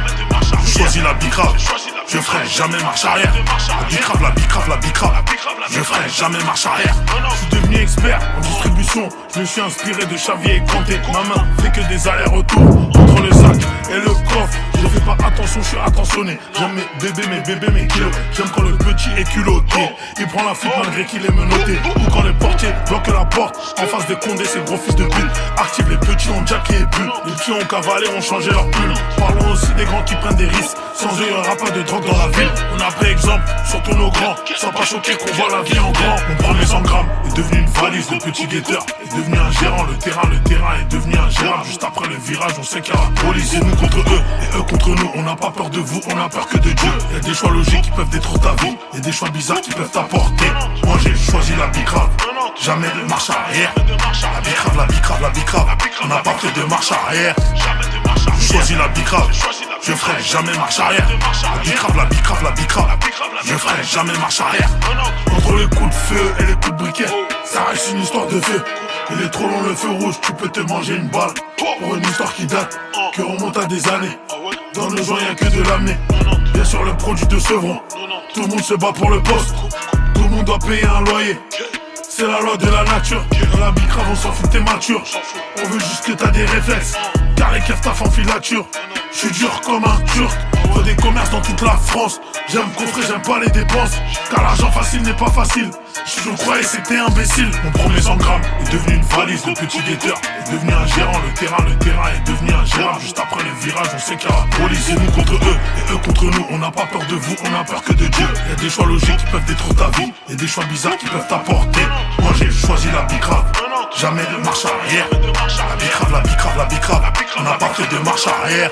J'ai choisi la bicrave, je ferai jamais marche arrière. La bicrave, la bicrave, la bicrave, je ferai jamais marche arrière. Je suis devenu expert en distribution, je me suis inspiré de Xavier et Kanté. Ma main fait que des allers-retours entre le sac et le coffre. Je fais pas attention, je suis attentionné. J'aime mes bébés, mes bébés, mes kilos. J'aime quand le petit est culotté, il prend la fuite malgré qu'il est menotté. Ou quand les portiers bloquent la porte en face des condés, ces gros fils de pute. Active, les petits ont jacké et bu. Les petits ont cavalé, ont changé leur pull. Parlons aussi des grands qui prennent des risques. Sans eux, y'aura pas de drogue dans la ville. On a pris exemple, surtout nos grands. Sans pas choquer qu'on voit la vie en grand. On prend les cent grammes, est devenu une valise. Le petit guetteur est devenu un gérant. Le terrain, le terrain est devenu ingérable. Juste après le virage, on sait qu'il y a la police. Et nous contre eux, et eux contre nous. On n'a pas peur de vous, on a peur que de Dieu. Y'a des choix logiques qui peuvent détruire ta vie, et des choix bizarres qui peuvent t'apporter. Moi j'ai choisi la bicrave, jamais de marche arrière. La bicrave, la bicrave, la bicrave, on n'a pas fait de marche arrière. J'ai choisi la bicrave, je ferai jamais marche arrière. La bicrave, la bicrave, la bicrave, je ferai jamais marche arrière. Entre les coups de feu et les coups de briquet, ça reste une histoire de feu. Il est trop long le feu rouge, tu peux te manger une balle. Pour une histoire qui date, qui remonte à des années. Dans le joint y'a que de l'amener. Bien sûr le produit de Sevron. Tout le monde se bat pour le poste. Tout le monde doit payer un loyer. C'est la loi de la nature. Dans la bicrave on s'en fout, t'es mature. On veut juste que t'as des réflexes, car les keufs taffent en filature. J'suis dur comme un turc. Faut des commerces dans toute la France. J'aime coffrer, j'aime pas les dépenses, car l'argent facile n'est pas facile. Je croyais c'était imbécile. Mon premier cent grammes est devenu une valise. Le petit guetteur est devenu un gérant. Le terrain, le terrain est devenu ingérable. Juste après le virage, on sait qu'il y a la police. Et nous contre eux, et eux contre nous. On n'a pas peur de vous, on a peur que de Dieu. Y'a des choix logiques qui peuvent détruire ta vie, et des choix bizarres qui peuvent t'apporter. Moi j'ai choisi la bicrave, jamais de marche arrière. La bicrave, la bicrave, la bicrave, on n'a pas fait de marche arrière.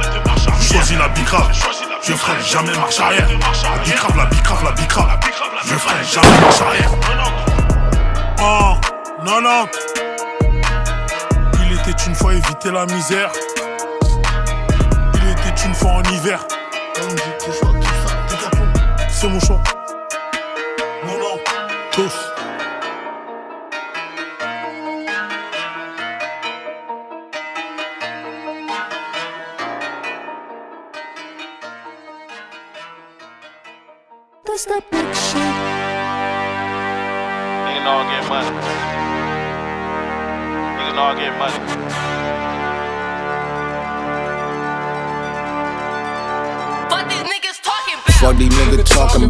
J'ai choisi la bicrave, je ferai jamais marche arrière. La bicrave, la bicrave, la bicrave, je ferai jamais marche arrière. Oh, quatre-vingt-dix. Il était une fois éviter la misère. Il était une fois en hiver. C'est mon choix. quatre-vingt-dix, tous. That big shit. Niggas all get money. Niggas all get money. What these niggas talking about? Fuck these niggas talking about.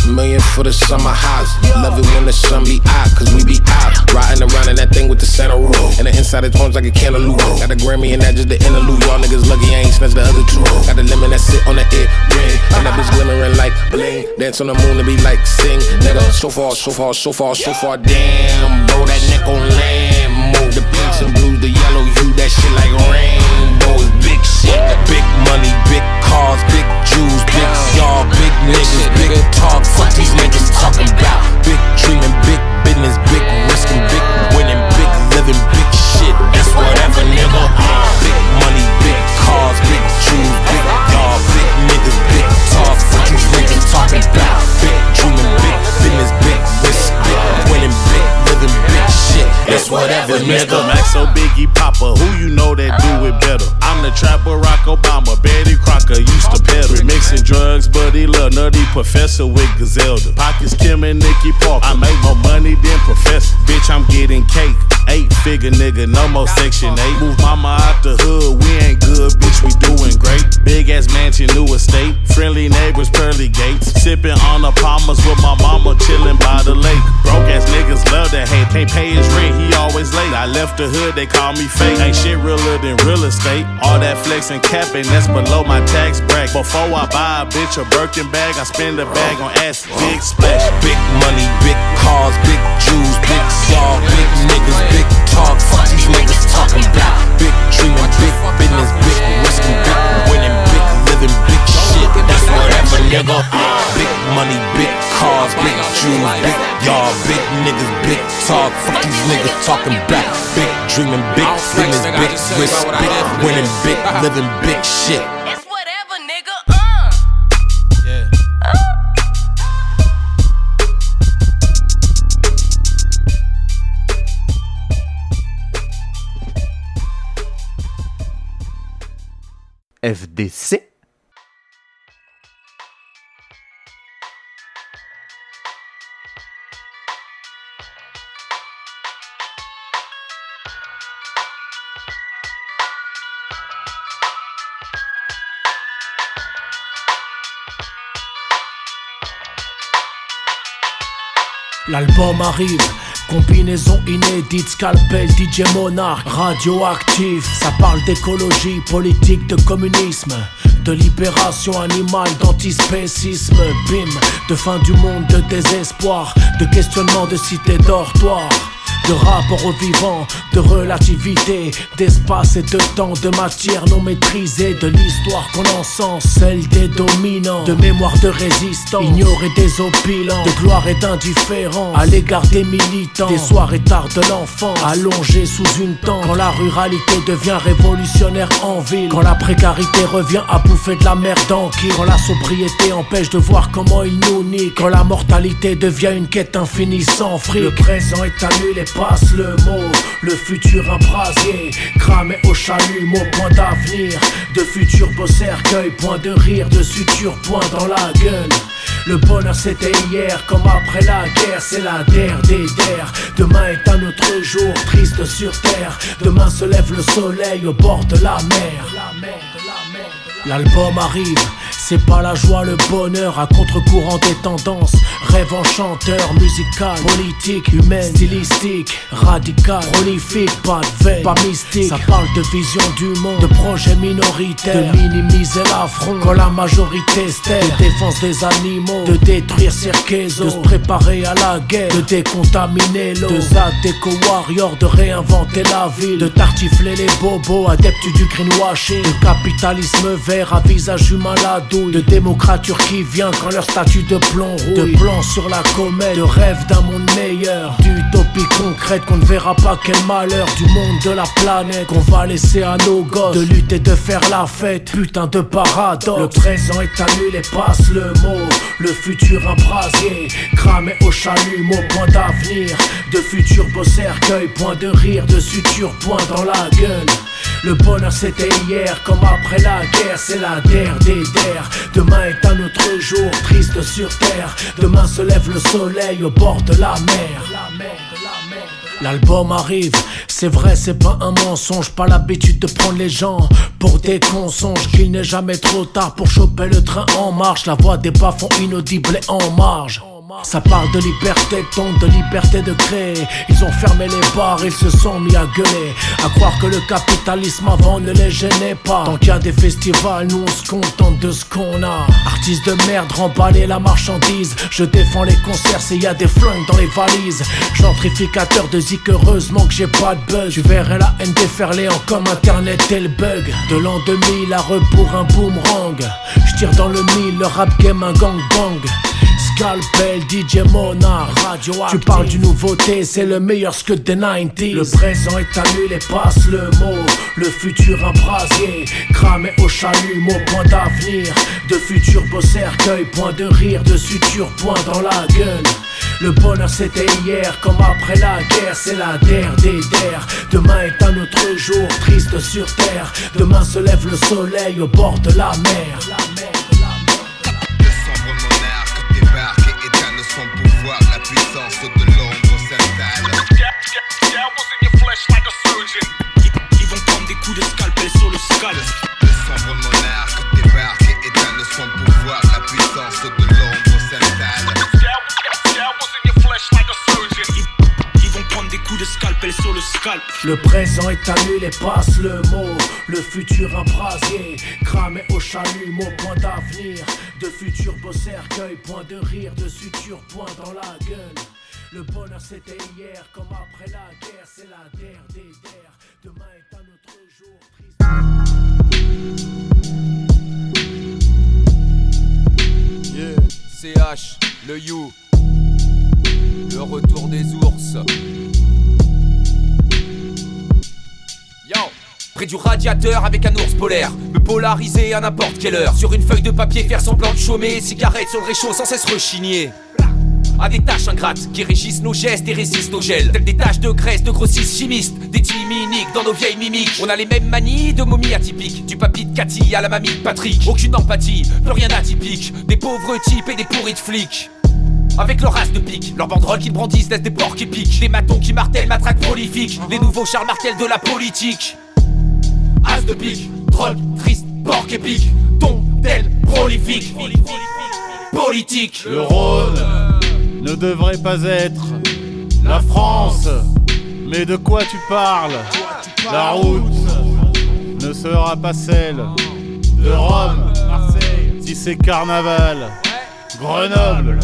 million for the summer house. Love it when the sun be out, cause we be out. Riding around in that thing with the Santa roof. And the inside is orange like a cantaloupe. Got a Grammy and that just the interlude. Y'all niggas lucky I ain't snatched the other two. Got the lemon that sit on the ear ring. And that bitch glimmering like bling. Dance on the moon to be like sing. Nigga, so far, so far, so far, so far. Damn, bro, that neck on land. Move the pinks and blues, the yellow hue. That shit like rainbows. Big shit, big money, big cars, big Jews, big y'all, big niggas, big talk. Fuck these niggas talking about. Big dreaming, big business, big risking, big winning, big living, big shit. That's whatever, nigga. Big money, big cars, big Jews, big y'all, big niggas, big talk. Fuck these niggas talking about. Big dreaming, big business, big risk, big winning, big living, big shit. That's whatever, nigga. Mister Maxo, Biggie, Papa, who you know that do it better? I'm the trap Barack Obama, Betty Crocker used to peddle. Mixing drugs, but he love nutty professor with Gazelda. Pockets Kim and Nicky Parker. I make more money than professor. Bitch, I'm getting cake. Eight figure nigga, no more section eight. Move mama out the hood, we ain't good, bitch, we doing great. Big ass mansion, new estate. Friendly neighbors, pearly gates. Sipping on the Palmers with my mama, chilling by the lake. Broke ass niggas love to hate. Can't pay his rent, he always late. I left the hood, they call me fake. Ain't shit realer than real estate. All that flex and capping, that's below my tax bracket. Before I buy a bitch a Birkin bag, I spend a bag on ass, big splash. Big money, big cars, big Jews, big y'all, big niggas, big talk. Fuck these niggas talking about. Big dreaming, big business, big risking, big winning, big living, big shit. That's whatever, nigga. Big money, big cars, big Jews, big y'all, big niggas, big talk. Fuck these niggas talking about. Big dreaming, big business, big risk, big winning, big living, big shit. It's whatever, nigga. Uh. Yeah. F D C. L'album arrive, combinaison inédite, scalpel, D J Monarch, radioactif. Ça parle d'écologie, politique, de communisme, de libération animale, d'antispécisme. Bim, de fin du monde, de désespoir, de questionnement de cité dortoir, de rapport au vivant, de relativité, d'espace et de temps, de matière non maîtrisée, de l'histoire qu'on encense, celle des dominants, de mémoire de résistants, ignorés des opulents, de gloire et d'indifférence à l'égard des militants, des soirs et tard de l'enfance, allongés sous une tente, quand la ruralité devient révolutionnaire en ville, quand la précarité revient à bouffer de la merde en qui, quand la sobriété empêche de voir comment il nous nie, quand la mortalité devient une quête infinie sans fric. Le présent est annulé, passe le mot, le futur un brasier, cramé au chalumeau, point d'avenir, de futurs beaux cercueils, point de rire, de suture, point dans la gueule. Le bonheur c'était hier, comme après la guerre, c'est la der des der. Demain est un autre jour, triste sur terre. Demain se lève le soleil au bord de la mer. L'album arrive, c'est pas la joie, le bonheur, à contre-courant des tendances. Rêve enchanteur, musical, politique, humaine, stylistique, radical, prolifique, pas de veille, pas mystique. Ça parle de vision du monde, de projets minoritaires, de minimiser l'affront quand la majorité se tait, de défense des animaux, de détruire Cirquezo, de se préparer à la guerre, de décontaminer l'eau, de Zad Eco-Warrior, de réinventer la ville, de tartifler les bobos, adeptes du greenwashing, de capitalisme vert à visage humain la douille, de démocrature qui vient quand leur statut de plomb rouille, de plan sur la comète, de rêve d'un monde meilleur, d'utopie concrète qu'on ne verra pas, quel malheur du monde de la planète qu'on va laisser à nos gosses, de lutter, de faire la fête, putain de paradoxe. Le présent est annulé, passe le mot, le futur un brasier, cramé au chalumeau, point d'avenir, de futurs beaux cercueils, point de rire, de suture, point dans la gueule. Le bonheur c'était hier, comme après la guerre, c'est la der des der. Demain est un autre jour, triste sur terre. Demain se lève le soleil au bord de la mer. L'album arrive, c'est vrai, c'est pas un mensonge. Pas l'habitude de prendre les gens pour des consonges. Qu'il n'est jamais trop tard pour choper le train en marche. La voix des bas-fonds inaudibles et en marge. Ça parle de liberté de ton, de liberté de créer. Ils ont fermé les bars, ils se sont mis à gueuler. À croire que le capitalisme avant ne les gênait pas. Tant qu'il y a des festivals, nous on se contente de ce qu'on a. Artistes de merde, remballer la marchandise. Je défends les concerts, c'est y a des flingues dans les valises. Gentrificateur de zik, heureusement que j'ai pas de buzz. Tu verrais la haine déferler en comme internet et le bug. De l'an deux mille à rebours un boomerang. J'tire dans le mille, le rap game un gangbang. Scalpel, D J Monarch, Radio Active. Tu parles d'une nouveauté, c'est le meilleur scud des quatre-vingt-dix. Le présent est annulé, passe le mot. Le futur un brasier, cramé au chalumeau, point d'avenir. De futurs beaux cercueils, point de rire, de suture, point dans la gueule. Le bonheur c'était hier, comme après la guerre, c'est la der des der. Demain est un autre jour, triste sur terre. Demain se lève le soleil au bord de la mer. La mer. Son pouvoir, la puissance de l'ombre s'installe. Ils vont prendre des coups de scalpel sur le scalp. Le sombre monarque débarque et éteint de son pouvoir, la puissance de l'ombre s'installe. Ils vont prendre des coups de scalpel sur le scalp. Le présent est annulé, passe le mot. Le futur un brasier, cramé au chalumeau, point d'avenir. De futurs beaux cercueils, point de rire, de suture, point dans la gueule. Le bonheur c'était hier, comme après la guerre, c'est la der des der. Demain est un autre jour, triste. Yeah, C H, le You, le retour des ours. Yo! Près du radiateur avec un ours polaire, me polariser à n'importe quelle heure. Sur une feuille de papier faire semblant de chômer, cigarette sur le réchaud sans cesse rechigner. À des tâches ingrates qui régissent nos gestes et résistent aux gels. Telles des taches de graisse de grossistes chimistes, des timiniques dans nos vieilles mimiques. On a les mêmes manies de momies atypiques, du papy de Cathy à la mamie de Patrick. Aucune empathie, plus rien d'atypique. Des pauvres types et des pourris de flics. Avec leur race de pique, leurs banderoles qui brandissent laissent des porcs qui piquent. Des matons qui martèlent, matraques prolifiques. Les nouveaux Charles Martel de la politique. As de pique, drogue, triste, porc épique, ton, tel, prolifique, politique. Le Rhône ne devrait pas être la France, mais de quoi tu parles? La route ne sera pas celle de Rome, Marseille, si c'est carnaval. Grenoble,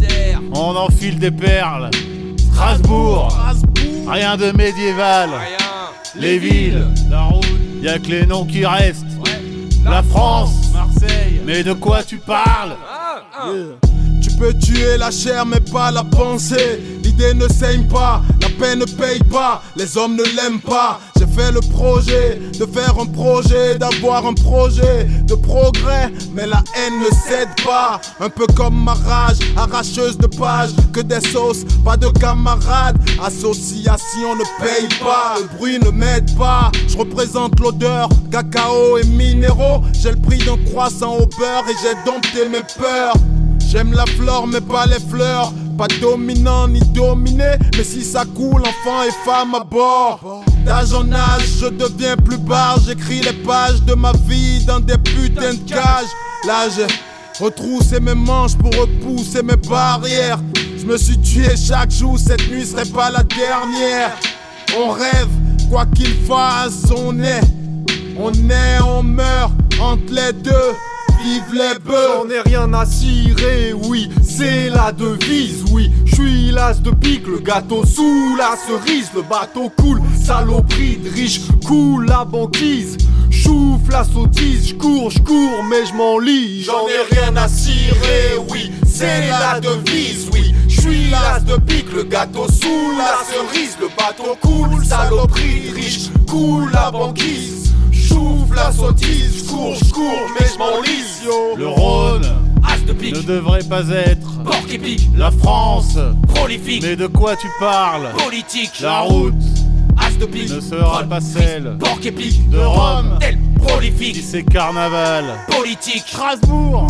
on enfile des perles. Strasbourg, rien de médiéval. Les villes, la route, y'a que les noms qui restent. La France, Marseille, mais de quoi tu parles? Yeah. Tu peux tuer la chair mais pas la pensée. L'idée ne saigne pas, la peine ne paye pas. Les hommes ne l'aiment pas. J'ai fait le projet de faire un projet, d'avoir un projet de progrès. Mais la haine ne cède pas. Un peu comme ma rage, arracheuse de pages. Que des sauces, pas de camarades. Association ne paye pas, le bruit ne m'aide pas. Je représente l'odeur, cacao et minéraux. J'ai le prix d'un croissant au beurre et j'ai dompté mes peurs. J'aime la flore mais pas les fleurs. Pas dominant ni dominé, mais si ça coule, enfants et femmes à bord. D'âge en âge, je deviens plus barge. J'écris les pages de ma vie dans des putains de cages. Là j'ai retroussé mes manches pour repousser mes barrières. Je me suis tué chaque jour, cette nuit serait pas la dernière. On rêve, quoi qu'il fasse, on est. On est, on meurt, entre les deux. Vive les bœufs. J'en ai rien à cirer, oui, c'est la devise, oui. J'suis l'as de pique, le gâteau sous la cerise. Le bateau coule, saloperie de riche, coule la banquise. Chouffe la sottise, j'cours, j'cours, mais j'm'enlise. J'en ai rien à cirer, oui, c'est la devise, oui. J'suis l'as de pique, le gâteau sous la cerise. Le bateau coule, saloperie de riche, coule la banquise. J'ouvre la sottise, j'cours, j'cours, mais j'm'enlise, yo. Le Rhône As de pique, ne devrait pas être porc épique. La France, prolifique, mais de quoi tu parles? Politique. La route As de pique, ne sera pas celle porc épique. de Rome, tel, prolifique, si c'est carnaval. Politique. Strasbourg.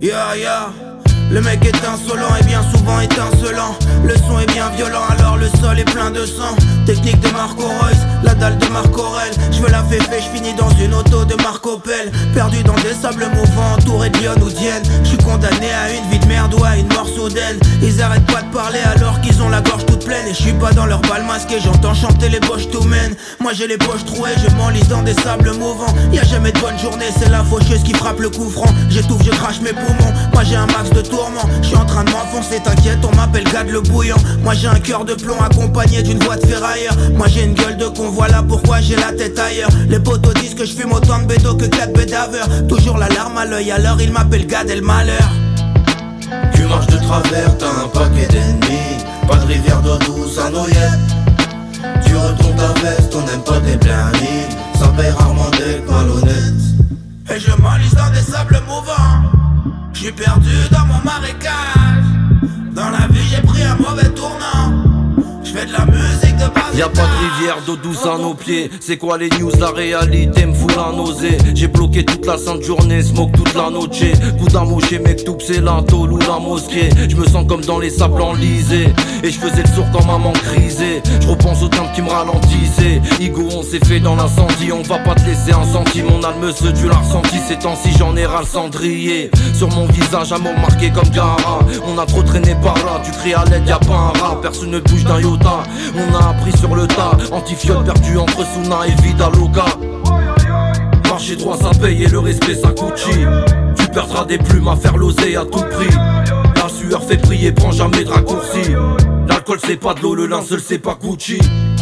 Yeah, yeah. Le mec est insolent et bien souvent étincelant. Le son est bien violent alors le sol est plein de sang. Technique de Marco Reus, la dalle de Marc Aurel. Je veux la féfé, je finis dans une auto de Marc Opel. Perdu dans des sables mouvants, entouré de Lyon ou d'Ienne. Je suis condamné à une vie de merde ou à une mort soudaine. Ils arrêtent pas de parler alors qu'ils ont la gorge toute pleine. Et je suis pas dans leur bal masqué, j'entends chanter les boches tout mène. Moi j'ai les poches trouées, je m'enlise dans des sables mouvants. Y'a jamais de bonne journée, c'est la faucheuse qui frappe le coup franc. J'étouffe, je crache mes poumons, moi j'ai un max de tourments. Je suis en train de m'enfoncer, t'inquiète, on m'appelle Gad le bouillant. Moi j'ai un cœur de plomb accompagné d'une voix de ferrailleur. Moi j'ai une gueule de con, voilà pourquoi j'ai la tête ailleurs. Les potos disent que je fume autant de bédo que quatre bédaveurs. Toujours la larme à l'œil, alors ils m'appellent Gad et le malheur. Tu marches de travers, t'as un paquet d'ennemis. Pas de rivière d'eau douce à Noyette. Tu retournes ta veste, on n'aime pas tes blanis. Ça paye rarement d'être malhonnête. Et je m'enlise dans des sables mouvants. J'suis perdu dans mon marécage. Dans la vie j'ai pris un mauvais tournant. J'fais de la musique de base. Y'a pas de rivière d'eau douce à nos pieds. C'est quoi les news, la réalité me fout la nausée. J'ai bloqué toute la sainte journée, smoke toute la noche. Coup d'amoché, mec, tout c'est la tôle ou la mosquée. J'me sens comme dans les sables enlisés. Et j'faisais le sourd quand maman crisait. J'repense au temps qui me ralentissait. Igo, on s'est fait dans l'incendie. On va pas te laisser un centime. On a le monsieur, tu l'as ressenti. Ces temps-ci j'en ai ras le cendrier. Sur mon visage, amour marqué comme Gara. On a trop traîné par là, tu cries à l'aide, y'a pas un rat. Personne ne bouge d'un iota. On a appris sur le tas, antifiote perdu entre Suna et Vidaloga. Marcher droit ça paye et le respect ça coûte cher. Tu perdras des plumes à faire l'oseille à tout prix. La sueur fait prier, prends jamais de raccourci. L'alcool c'est pas de l'eau, le linceul c'est pas Gucci.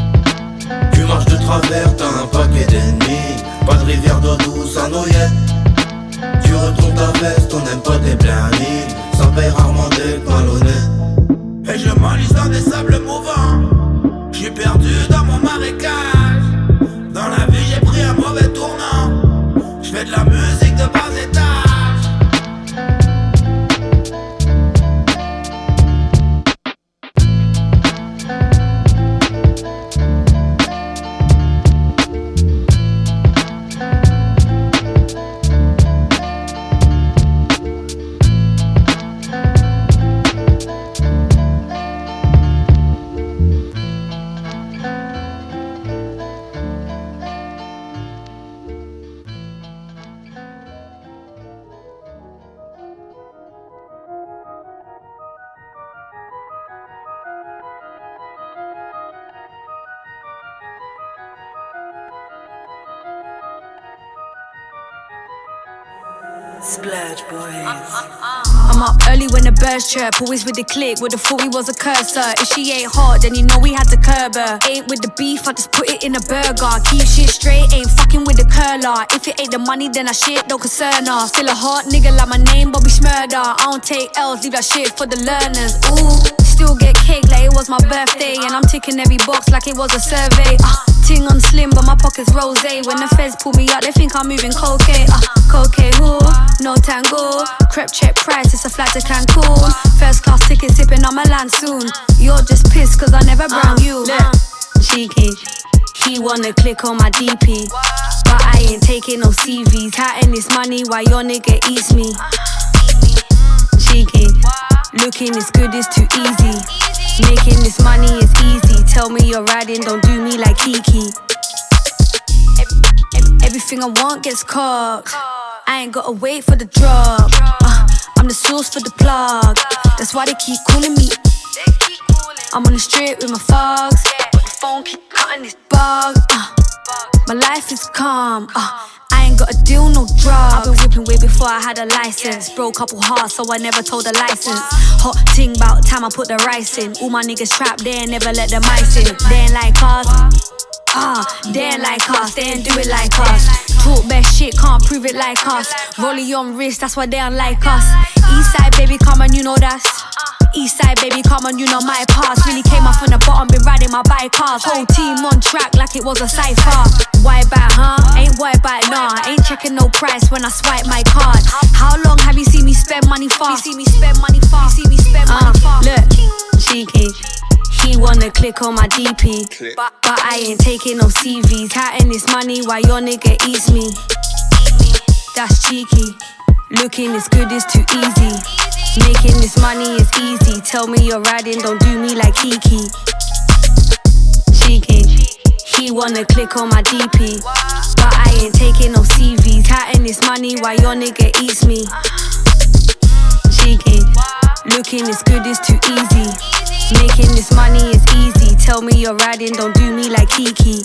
Tu marches de travers, t'as un paquet d'ennemis. Pas de rivière d'eau douce à Noyette. Tu retournes ta veste, on n'aime pas tes blanis. Ça paye rarement d'être malhonnête. Et je m'enlise dans des sables mouvants. J'suis perdu dans mon marécage. Dans la vie j'ai pris un mauvais tournant. J'fais de la musique de bas étage. Splurge boys. I'm up early when the birds chirp. Always with the click, would've thought we was a cursor. If she ain't hot, then you know we had to curb her. Ain't with the beef, I just put it in a burger. Keep shit straight, ain't fucking with the curler. If it ain't the money, then that shit don't concern her. Still a hot nigga like my name, Bobby Schmurder. I don't take L's, leave that shit for the learners. Ooh, still get cake like it was my birthday. And I'm ticking every box like it was a survey. uh, Ting on slim, but my pocket's rosé. When the feds pull me up, they think I'm moving cocaine. uh, Cocaine, who? No tango. Crep check price, it's a flight to Cancun. First class ticket sipping on my land soon. You're just pissed cause I never brown uh, you. Look, cheeky. He wanna click on my D P, but I ain't taking no C Vs. Counting this money while your nigga eats me. Cheeky. Looking as good is too easy. Making this money is easy. Tell me you're riding, don't do me like Kiki. Everything I want gets cocked. I ain't gotta wait for the drop. uh, I'm the source for the plug. That's why they keep calling me. I'm on the strip with my thugs, but the phone keep cutting this bug. uh, My life is calm. uh, I ain't got a deal, no drugs. I've been whipping way before I had a license. Broke couple hearts, so I never told the license. Hot ting bout time I put the rice in. All my niggas trapped, they ain't never let the mice in. They ain't like us. Ah, uh, they ain't like us, they ain't do it like us. Talk best shit, can't prove it like us. Rollie on wrist, that's why they don't like us. Eastside baby, come on, you know that's. Eastside baby, come on, you know my past. Really came off from the bottom, been riding my bike cars. Whole team on track like it was a cypher. Why back, huh? Ain't why back, nah. Ain't checking no price when I swipe my card. How long have you seen me spend money fast? You see me spend money fast. You see me spend money fast. Look, cheeky. He wanna click on my D P, but, but I ain't taking no C Vs. Counting this money while your nigga eats me. That's cheeky. Looking as good is too easy. Making this money is easy. Tell me you're riding, don't do me like Kiki. Cheeky. He wanna click on my D P, but I ain't taking no C Vs. Counting this money while your nigga eats me. Cheeky. Looking as good is too easy. Making this money is easy. Tell me you're riding, don't do me like Kiki.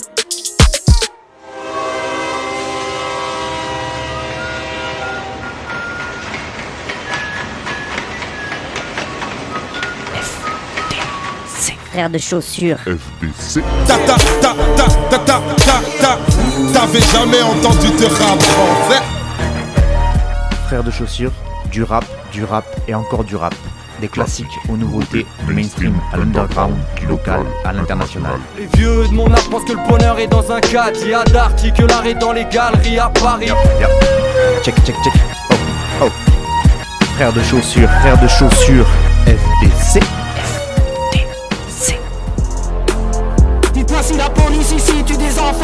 Frère de chaussures. F D C. Ta ta ta ta ta ta ta ta. T'avais jamais entendu de rap français. Frère de chaussures, du rap, du rap et encore du rap. Des classiques aux nouveautés, du mainstream à l'underground, du local à l'international. Les vieux de mon âge pensent que le bonheur est dans un cadre. Il y a d'Arty que l'art est dans les galeries à Paris. Yep, yep. Check, check, check. Oh, oh. Frère de chaussures, frère de chaussures, F D C. Dites-moi si la police ici tue des enfants.